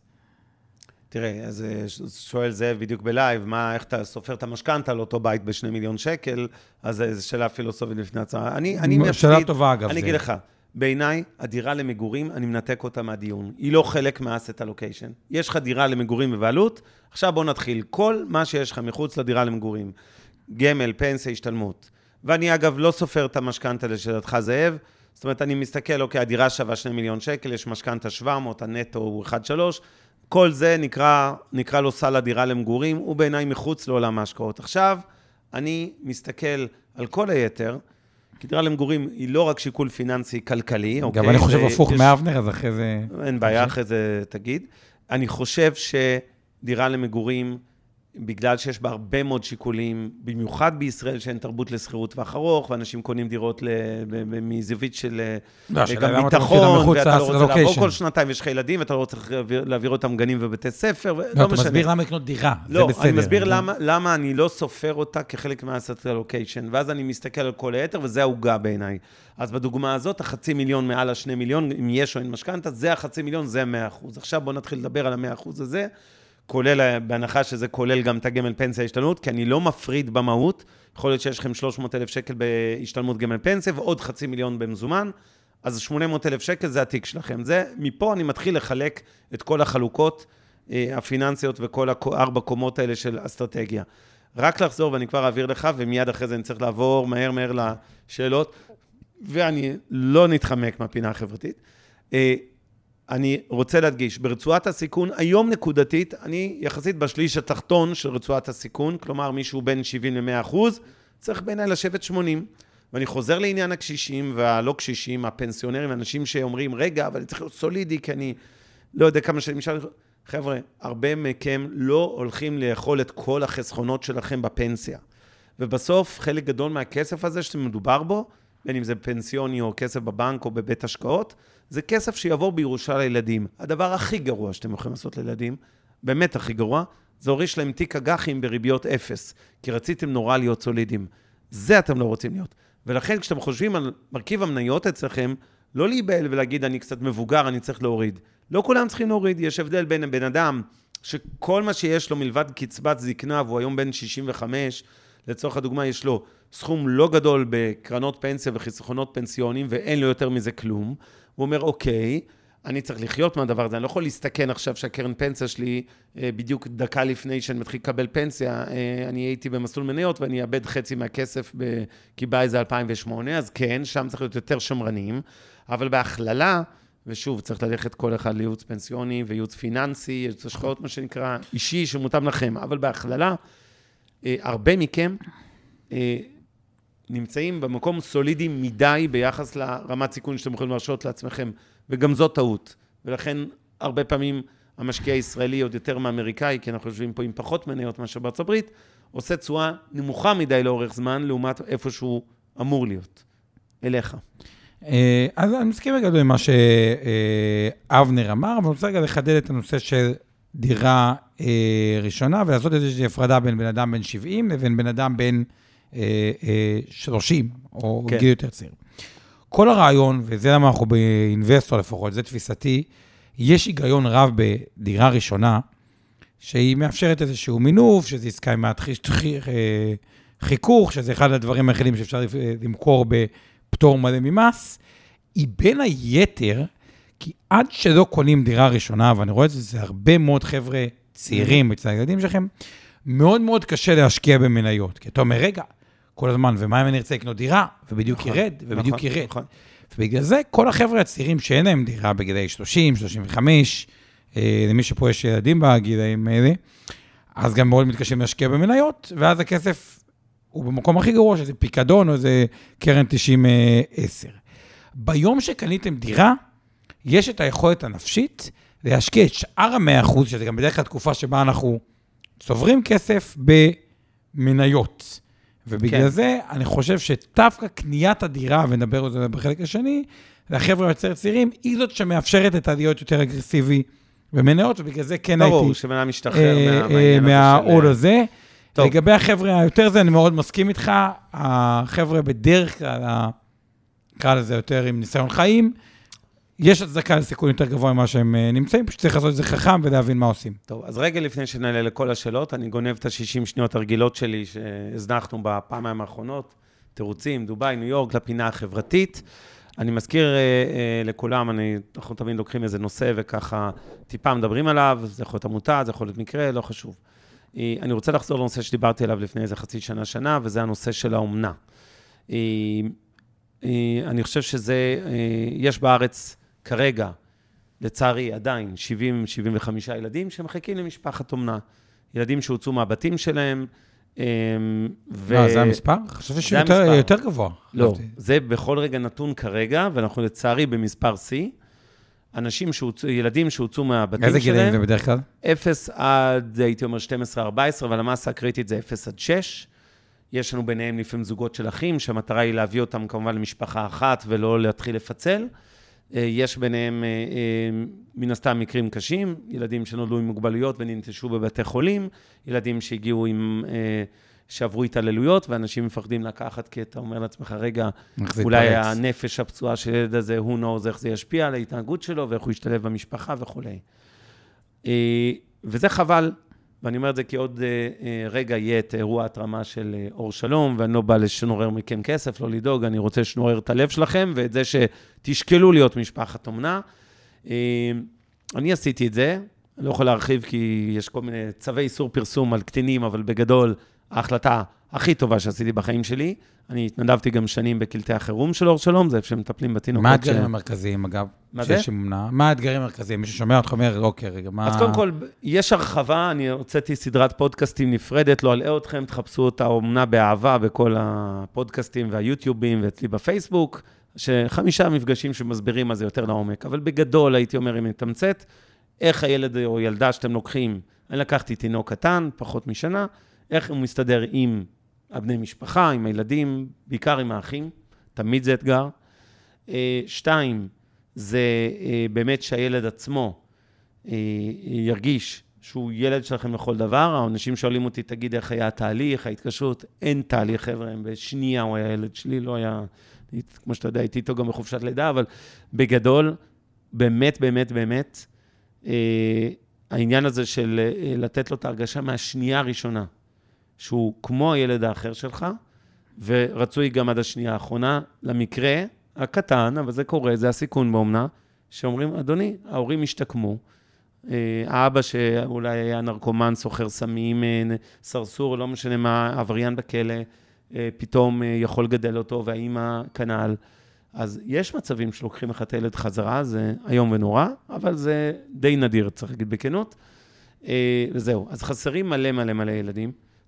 D: תראה, אז שואל זאב בדיוק בלייב, מה, איך אתה סופר את המשכנתה על אותו בית בשני מיליון שקל, אז זו שאלה פילוסופית לפני הצעה. אני, אני מפסיד,
C: שאלה טובה אגב.
D: אני אגיד לך, בעיניי, הדירה למגורים, אני מנתק אותה מהדיון. היא לא חלק מה-asset allocation. יש לך דירה למגורים בבעלות, עכשיו בוא נתחיל. כל מה שיש לך מחוץ לדירה למגורים, גמל, פנסיה, השתלמות. ואני אגב לא סופר את המשכנתה לשאלתך זאב, זאת אומרת, אני מסתכל, אוקיי, הדירה שווה שני מיליון שקל, יש משכנתה שבע מאות, הנטו הוא אחד נקודה שלוש, כל זה נקרא, נקרא לו סל הדירה למגורים, הוא בעיניי מחוץ לעולם ההשקעות. עכשיו, אני מסתכל על כל היתר, כי דירה למגורים היא לא רק שיקול פיננסי כלכלי,
C: גם
D: אוקיי?
C: אני חושב הפוך מאבנר, אז אחרי זה...
D: אין בעיה, אחרי זה תגיד. אני חושב שדירה למגורים, בגלל שיש בה הרבה מאוד שיקולים, במיוחד בישראל שאין תרבות לסחירות טווח ארוך, ואנשים קונים דירות מזווית של גם ביטחון, ואתה לא רוצה לעבור כל שנתיים, ויש לך ילדים, ואתה לא רוצה להעביר אותם גנים ובתי ספר, ולא משנה.
C: אתה מסביר למה לקנות דירה,
D: זה בסדר. לא, אני מסביר למה אני לא סופר אותה כחלק מה-asset allocation, ואז אני מסתכל על כל היתר, וזה ההוגה בעיניי. אז בדוגמה הזאת, החצי מיליון מעל השני מיליון, אם יש או אין משכנתה, זה החצי מיליון, זה מאה אחוז. עכשיו בוא נתחיל לדבר על ה-מאה אחוז הזה. כולל, בהנחה שזה כולל גם את הגמל פנסיה השתלמות, כי אני לא מפריד במהות, יכול להיות שיש לכם שלוש מאות אלף שקל בהשתלמות גמל פנסיה, ועוד חצי מיליון במזומן, אז שמונה מאות אלף שקל זה התיק שלכם. זה, מפה אני מתחיל לחלק את כל החלוקות הפיננסיות, וכל ארבע קומות האלה של אסטרטגיה. רק לחזור, ואני כבר אעביר לך, ומיד אחרי זה אני צריך לעבור מהר מהר לשאלות, ואני לא נתחמק מהפינה החברתית. אני רוצה להדגיש, ברצועת הסיכון, היום נקודתית, אני יחסית בשליש התחתון של רצועת הסיכון, כלומר מישהו בין שבעים למאה אחוז, צריך בעיניי לשבת שמונים. ואני חוזר לעניין הקשישים והלא קשישים, הפנסיונרים, אנשים שאומרים, רגע, אבל אני צריך להיות סולידי, כי אני לא יודע כמה שאני משל... חבר'ה, הרבה מכם לא הולכים לאכול את כל החסכונות שלכם בפנסיה. ובסוף, חלק גדול מהכסף הזה שמדובר בו, בין אם זה פנסיוני או כסף בבנק או בבית השקעות, זה כסף שיעבור בירושה לילדים. הדבר הכי גרוע שאתם יכולים לעשות לילדים, באמת הכי גרוע, זה הוריש להם תיק אג"חים בריביות אפס, כי רציתם נורא להיות סולידים. זה אתם לא רוצים להיות. ולכן כשאתם חושבים על מרכיב המניות אצלכם, לא להיבהל ולהגיד אני קצת מבוגר, אני צריך להוריד. לא כולם צריכים להוריד, יש הבדל בין בן אדם, שכל מה שיש לו מלבד קצבת זקנה, והוא היום בן שישים וחמש, לצורך הדוגמה יש לו סכום לא גדול בקרנות פנסיה וחיסכונות פנסיונים, ואין לו יותר מזה כלום. הוא אומר, אוקיי, אני צריך לחיות מהדבר הזה, אני לא יכול להסתכן עכשיו שהקרן פנסיה שלי, בדיוק דקה לפני שאני מתחיל לקבל פנסיה, אני הייתי במסלול מניות, ואני אאבד חצי מהכסף, כי בא איזה אלפיים ושמונה, אז כן, שם צריך להיות יותר שמרנים, אבל בהכללה, ושוב, צריך ללכת כל אחד לייעוץ פנסיוני, וייעוץ פיננסי, ייעוץ השקעות, מה שנקרא, אישי, שמותאם לכם, אבל בהכללה, הרבה מכם, נמצאים במקום סולידי מדי ביחס לרמת סיכון שאתם יכולים להרשות לעצמכם, וגם זאת טעות. ולכן הרבה פעמים המשקיע הישראלי עוד יותר מאמריקאי, כי אנחנו יושבים פה עם פחות מניות מאשר בארצות הברית, עושה תשואה נמוכה מדי לאורך זמן, לעומת איפה שהוא אמור להיות. אליך.
C: אז אני מסכים רגע עם מה שאבנר אמר, אבל אני רוצה רגע לחדד את הנושא של דירה ראשונה, ולעשות איזושהי הפרדה בין בן אדם בן שבעים לבין בן אדם בן שלושים, או גיל יותר צעיר. כל הרעיון, וזה למה אנחנו באינבסטור לפחות, זה תפיסתי, יש היגיון רב בדירה ראשונה, שהיא מאפשרת איזשהו מינוף, שזה עסקה עם מעט חיכוך, שזה אחד הדברים היחידים שאפשר למכור בפטור מלא ממס, היא בין היתר, כי עד שלא קונים דירה ראשונה, ואני רואה את זה, זה הרבה מאוד חבר'ה צעירים, אצל הילדים שלכם, מאוד מאוד קשה להשקיע במניות, כי אתה אומר, רגע, כל הזמן, ומה אם אני ארצה לקנות דירה, ובדיוק ירד, ובדיוק ירד. ובגלל זה, כל החבר'ה הצעירים שאין להם דירה בגילאי שלושים, שלושים וחמש, למי שפה יש ילדים בגילאים האלה, אז גם מאוד מתקשים להשקיע במניות, ואז הכסף הוא במקום הכי גרוע, שזה פיקדון, או זה קרן תשעים עשר. ביום שקניתם דירה, יש את היכולת הנפשית להשקיע את שאר המאה אחוז, שזה גם בדרך כלל תקופה שבה אנחנו צוברים כסף במניות. ובגלל כן. זה אני חושב שדווקא קניית הדירה, ונדבר על זה בחלק השני, לחבר'ה היותר צעירים, היא זאת שמאפשרת את העליות יותר אגרסיבי במניות, ובגלל זה כן הייתי...
D: ברור, שמנה משתחרר
C: מהעול הזה. לגבי החבר'ה היותר זה, אני מאוד מסכים איתך, החבר'ה בדרך כלל, נקרא לזה יותר עם ניסיון חיים, יש הצדקה לסיכון יותר גבוה ממה שהם נמצאים, פשוט צריך לעשות את זה חכם ולהבין מה עושים.
D: טוב, אז רגע לפני שנעלה לכל השאלות, אני גונב את ה-שישים שניות הרגילות שלי שהזנחנו בפעמיים האחרונות, תירוצים, דוביי, ניו יורק, לפינה החברתית. אני מזכיר אה, אה, לכולם, אני, אנחנו תמיד לוקחים איזה נושא וככה טיפה מדברים עליו, זה יכול להיות עמותה, זה יכול להיות מקרה, לא חשוב. אה, אני רוצה לחזור לנושא שדיברתי עליו לפני איזה חצי שנה, שנה, וזה הנושא של האומנה. אה, אה, אני חושב שזה, אה, יש בארץ כרגע, לצערי עדיין, שבעים שבעים וחמישה ילדים שמחכים למשפחת אומנה. ילדים שהוצאו מהבתים שלהם,
C: לא, זה המספר? חשבתי שהוא יותר גבוה.
D: לא, זה בכל רגע נתון כרגע, ואנחנו לצערי במספר C, אנשים שהוצאו, ילדים שהוצאו מהבתים שלהם.
C: איזה גילאים זה בדרך כלל?
D: אפס עד, הייתי אומר, שתים עשרה ארבע עשרה, אבל המסה הקריטית זה אפס עד שש. יש לנו ביניהם לפעמים זוגות של אחים, שהמטרה היא להביא אותם כמובן למשפחה אחת, ולא להתחיל לפצל. יש ביניהם מן הסתם מקרים קשים, ילדים שנולדו עם מוגבלויות וננטשו בבתי חולים, ילדים שהגיעו עם, שעברו התעללויות, ואנשים מפחדים לקחת, כי אתה אומר לעצמך, רגע, אולי הנפש הפצועה של ילד הזה, הוא knows איך זה ישפיע על ההתנהגות שלו, ואיך הוא ישתלב במשפחה וכו'. וזה חבל, ואני אומר את זה כי עוד רגע יהיה את אירוע התרמה של אור שלום, ואני לא בא לשנורר מכם כסף, לא לדאוג, אני רוצה שנורר את הלב שלכם, ואת זה שתשקלו להיות משפחת אומנה. אני עשיתי את זה, אני לא יכול להרחיב כי יש כל מיני צווי איסור פרסום על קטינים, אבל בגדול ההחלטה הכי טובה שעשיתי בחיים שלי, אני התנדבתי גם שנים בקלטי החירום של אור שלום, זה איפה שמטפלים בתינוקות.
C: מה האתגרים המרכזיים, אגב?
D: מה זה?
C: מה האתגרים המרכזיים? מי ששומע אותך אומר, אוקיי, רגע, מה...
D: אז קודם כל, יש הרחבה, אני הוצאתי סדרת פודקאסטים נפרדת, לא אלאה אתכם, תחפשו אותה אומנה באהבה בכל הפודקאסטים והיוטיובים ואצלי בפייסבוק, שחמישה מפגשים שמסבירים מה זה יותר לעומק, אבל בגדול הייתי אומר, אם נתמצת, איך הילד או ילדה שאתם לוקחים, אני לקחתי תינוק קטן, פחות משנה, איך הוא מסתדר עם הבני משפחה, עם הילדים, בעיקר עם האחים, תמיד זה אתגר. שתיים, זה באמת שהילד עצמו ירגיש שהוא ילד שלכם לכל דבר, האנשים שואלים אותי, תגיד איך היה התהליך, ההתקשרות, אין תהליך, חבר'ה, בשנייה הוא היה ילד שלי, לא היה, כמו שאתה יודע, הייתי איתו גם בחופשת לידה, אבל בגדול, באמת, באמת, באמת, העניין הזה של לתת לו את ההרגשה מהשנייה הראשונה, שהוא כמו הילד האחר שלך, ורצוי גם עד השנייה האחרונה, למקרה הקטן, אבל זה קורה, זה הסיכון באומנה, שאומרים, אדוני, ההורים השתקמו, האבא שאולי היה נרקומן, סוחר סמים, סרסור, לא משנה מה, עבריין בכלא, פתאום יכול לגדל אותו, והאימא כנעל. אז יש מצבים שלוקחים לך את הילד חזרה, זה היום ונורא, אבל זה די נדיר, צריך להגיד בכנות. וזהו, אז חסרים מלא מלא מלא ילדים.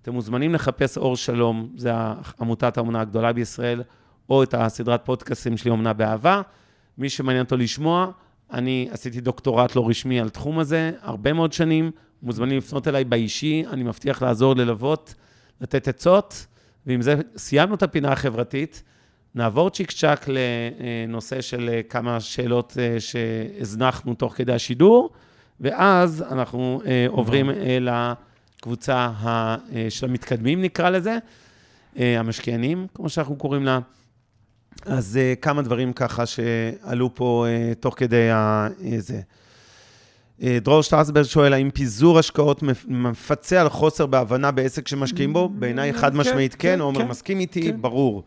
D: אתם מוזמנים לחפש אור שלום, זה עמותת האמונה הגדולה בישראל, או את הסדרת פודקאסטים שלי, אמונה באהבה. מי שמעניין אותו לשמוע, אני עשיתי דוקטורט לא רשמי על תחום הזה, הרבה מאוד שנים, מוזמנים לפנות אליי באישי, אני מבטיח לעזור ללוות, לתת עצות, ועם זה סיימנו את הפינה החברתית, נעבור צ'יק צ'ק לנושא של כמה שאלות שהזנחנו תוך כדי השידור, ואז אנחנו עוברים לקבוצה של המתקדמים, נקרא לזה, המשקיענים, כמו שאנחנו קוראים לה. אז כמה דברים ככה שעלו פה תוך כדי זה. דרור שטרסברג שואל, האם פיזור השקעות מפצה על חוסר בהבנה בעסק שמשקיעים בו? בעיניי חד משמעית כן, עומר מסכים איתי, ברור.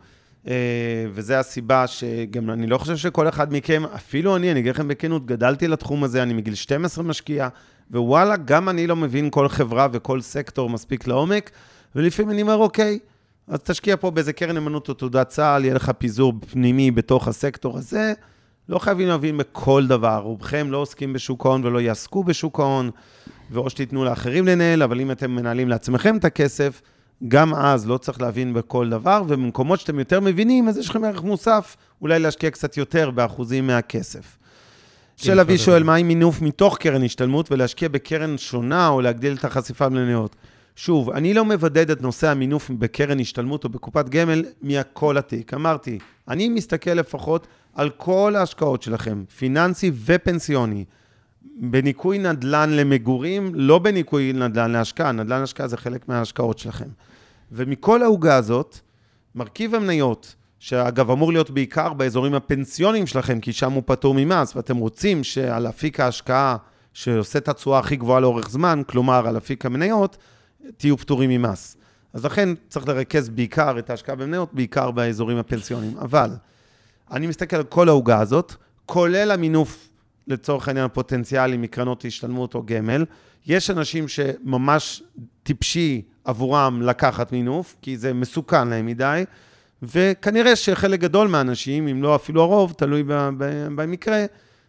D: וזה הסיבה שגם אני לא חושב שכל אחד מכם, אפילו אני, אני אגיד לכם בכנות, גדלתי לתחום הזה, אני מגיל שתים עשרה משקיע, ווואלה, גם אני לא מבין כל חברה וכל סקטור מספיק לעומק, ולפעמים אני אומר, אוקיי, אז תשקיע פה באיזה קרן אמנות או תעודת צה"ל, יהיה לך פיזור פנימי בתוך הסקטור הזה, לא חייבים להבין בכל דבר, רובכם לא עוסקים בשוק ההון ולא יעסקו בשוק ההון, ואו שתיתנו לאחרים לנהל, אבל אם אתם מנהלים לעצמכם את הכסף, גם אז לא צריך להבין בכל דבר, ובמקומות שאתם יותר מבינים, אז יש לכם ערך מוסף, אולי להשקיע קצת יותר באחוזים מהכסף. של אבי שואל, מה עם מינוף מתוך קרן השתלמות, ולהשקיע בקרן שונה, או להגדיל את החשיפה למניות? שוב, אני לא מבדד את נושא המינוף בקרן השתלמות, או בקופת גמל, מהכל עתיק. אמרתי, אני מסתכל לפחות על כל ההשקעות שלכם, פיננסי ופנסיוני, בניקוי נדל"ן למגורים, לא בניקוי נדל"ן להשקעה, נדל"ן להשקעה זה חלק מההשקעות שלכם. ומכל ההוגה הזאת, מרכיב המניות, שאגב אמור להיות בעיקר באזורים הפנסיוניים שלכם, כי שם הוא פטור ממס, ואתם רוצים שעל אפיק ההשקעה, שעושה את התשואה הכי גבוהה לאורך זמן, כלומר על אפיק המניות, תהיו פטורים ממס. אז לכן צריך לרכז בעיקר את ההשקעה במניות, בעיקר באזורים הפנסיוניים. אבל אני מסתכל על כל ההוגה הזאת, כולל המינוף לצורך העניין הפוטנציאלי מקרנות השתלמות או גמל. יש אנשים שממש טיפשי עבורם לקחת מינוף, כי זה מסוכן להם מדי, וכנראה שחלק גדול מהאנשים, אם לא אפילו הרוב, תלוי במקרה,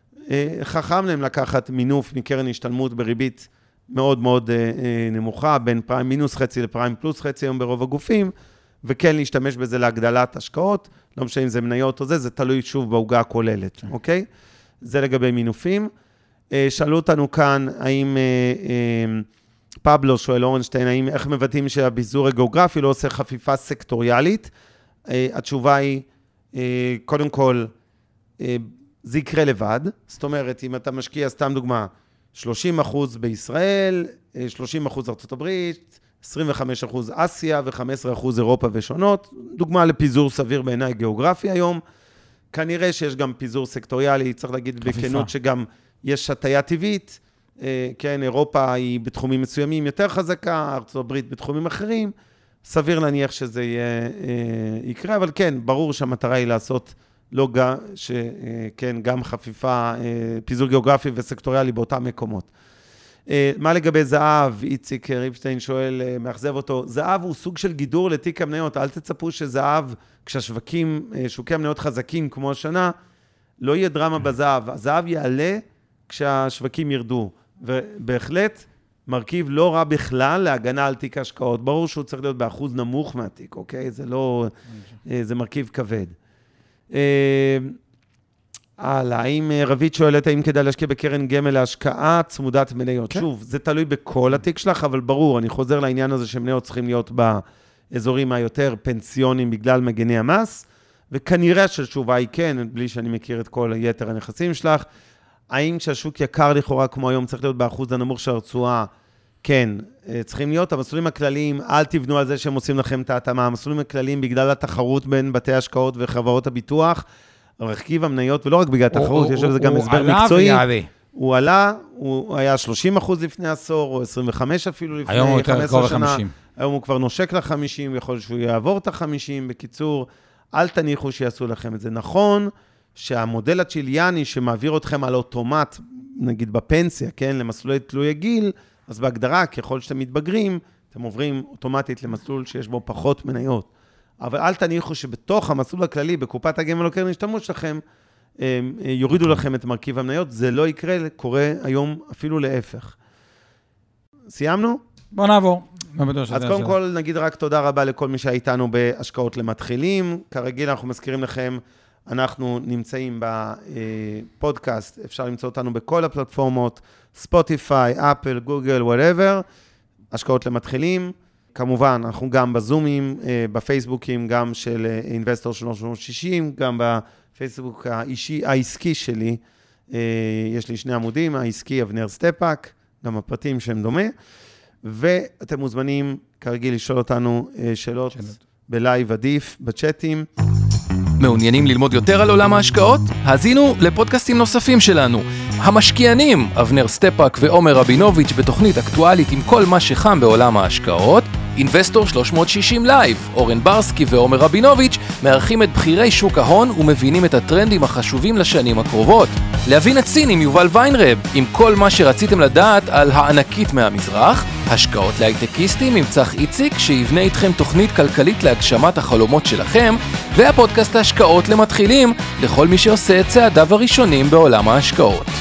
D: חכם להם לקחת מינוף מקרן השתלמות בריבית מאוד מאוד נמוכה, בין פריים מינוס חצי לפריים פלוס חצי היום ברוב הגופים, וכן להשתמש בזה להגדלת השקעות, לא משנה אם זה מניות או זה, זה תלוי שוב בהוגה הכוללת, אוקיי? זה לגבי מינופים. שאלו אותנו כאן, האם פבלו שואל אורנשטיין, האם איך מבטאים שהביזור הגיאוגרפי לא עושה חפיפה סקטוריאלית? התשובה היא, קודם כל, זה יקרה לבד. זאת אומרת, אם אתה משקיע, סתם דוגמה, שלושים אחוז בישראל, שלושים אחוז ארצות הברית, עשרים וחמישה אחוז אסיה ו-חמישה עשר אחוז אירופה ושונות. דוגמה לפיזור סביר בעיניי גיאוגרפי היום. כנראה שיש גם פיזור סקטוריאלי, צריך להגיד בכנות שגם יש הטיה טבעית. כן, אירופה היא בתחומים מסוימים יותר חזקה, ארצות הברית בתחומים אחרים. סביר להניח שזה יהיה, יקרה, אבל כן, ברור שהמטרה היא לעשות לא גם, שכן, גם חפיפה, פיזור גיאוגרפי וסקטוריאלי באותם מקומות. מה לגבי זהב? איציק ריבשטיין שואל, מאכזב אותו, זהב הוא סוג של גידור לתיק המניות, אל תצפו שזהב, כשהשווקים, שוקי המניות חזקים כמו השנה, לא יהיה דרמה בזהב, הזהב יעלה כשהשווקים ירדו, ובהחלט מרכיב לא רע בכלל להגנה על תיק השקעות, ברור שהוא צריך להיות באחוז נמוך מהתיק, אוקיי? זה לא, זה מרכיב כבד. הלאה, האם רבית שואלת, האם כדאי להשקיע בקרן גמל להשקעה צמודת מניות? כן. שוב, זה תלוי בכל התיק שלך, אבל ברור, אני חוזר לעניין הזה שמניות צריכים להיות באזורים היותר פנסיונים בגלל מגני המס, וכנראה שהתשובה היא כן, בלי שאני מכיר את כל היתר הנכסים שלך. האם כשהשוק יקר לכאורה כמו היום צריך להיות באחוז הנמוך של הרצועה? כן, צריכים להיות. המסלולים הכלליים, אל תבנו על זה שהם עושים לכם את ההתאמה. המסלולים הכלליים בגלל התחרות בין בתי השקעות וחברות הביטוח, רכיב המניות, ולא רק בגלל התחרות, יש לזה גם הסבר מקצועי. הוא עלה, הוא היה שלושים אחוז לפני עשור, או עשרים וחמש אפילו לפני חמש עשרה שנה. היום הוא כבר נושק ל-חמישים, יכול שהוא יעבור את ה-חמישים. בקיצור, אל תניחו שיעשו לכם את זה. נכון שהמודל הצ'יליאני שמעביר אתכם על אוטומט, נגיד בפנסיה, כן, למסלולי תלוי גיל, אז בהגדרה, ככל שאתם מתבגרים, אתם עוברים אוטומטית למסלול שיש בו פחות מניות. אבל אל תניחו שבתוך המסלול הכללי, בקופת הגמל או קרן השתלמות שלכם, יורידו לכם את מרכיב המניות, זה לא יקרה, קורה היום אפילו להפך. סיימנו?
C: בוא נעבור.
D: אז קודם כל נגיד רק תודה רבה לכל מי שהייתנו בהשקעות למתחילים. כרגיל אנחנו מזכירים לכם, אנחנו נמצאים בפודקאסט, אפשר למצוא אותנו בכל הפלטפורמות, ספוטיפיי, אפל, גוגל, whatever, השקעות למתחילים. כמובן, אנחנו גם בזומים, בפייסבוקים, גם של Investor שלוש מאות שישים, גם בפייסבוק האישי, העסקי שלי, יש לי שני עמודים, העסקי אבנר סטפאק, גם הפרטים שהם דומה, ואתם מוזמנים כרגיל לשאול אותנו שאלות בלייב עדיף, בצ'אטים.
A: מעוניינים ללמוד יותר על עולם ההשקעות? האזינו לפודקאסטים נוספים שלנו. המשקיענים, אבנר סטפאק ועומר רבינוביץ' בתוכנית אקטואלית עם כל מה שחם בעולם ההשקעות. Investor שלוש מאות שישים לייב, אורן ברסקי ועומר רבינוביץ' מארחים את בחירי שוק ההון ומבינים את הטרנדים החשובים לשנים הקרובות. להבין את סין עם יובל ויינרב, עם כל מה שרציתם לדעת על הענקית מהמזרח. השקעות להייטקיסטים עם צח איציק, שיבנה איתכם תוכנית כלכלית להגשמת החלומות שלכם. והפודקאסט ההשקעות למתחילים, לכל מי שעושה את צעדיו הראשונים בעולם ההשקעות.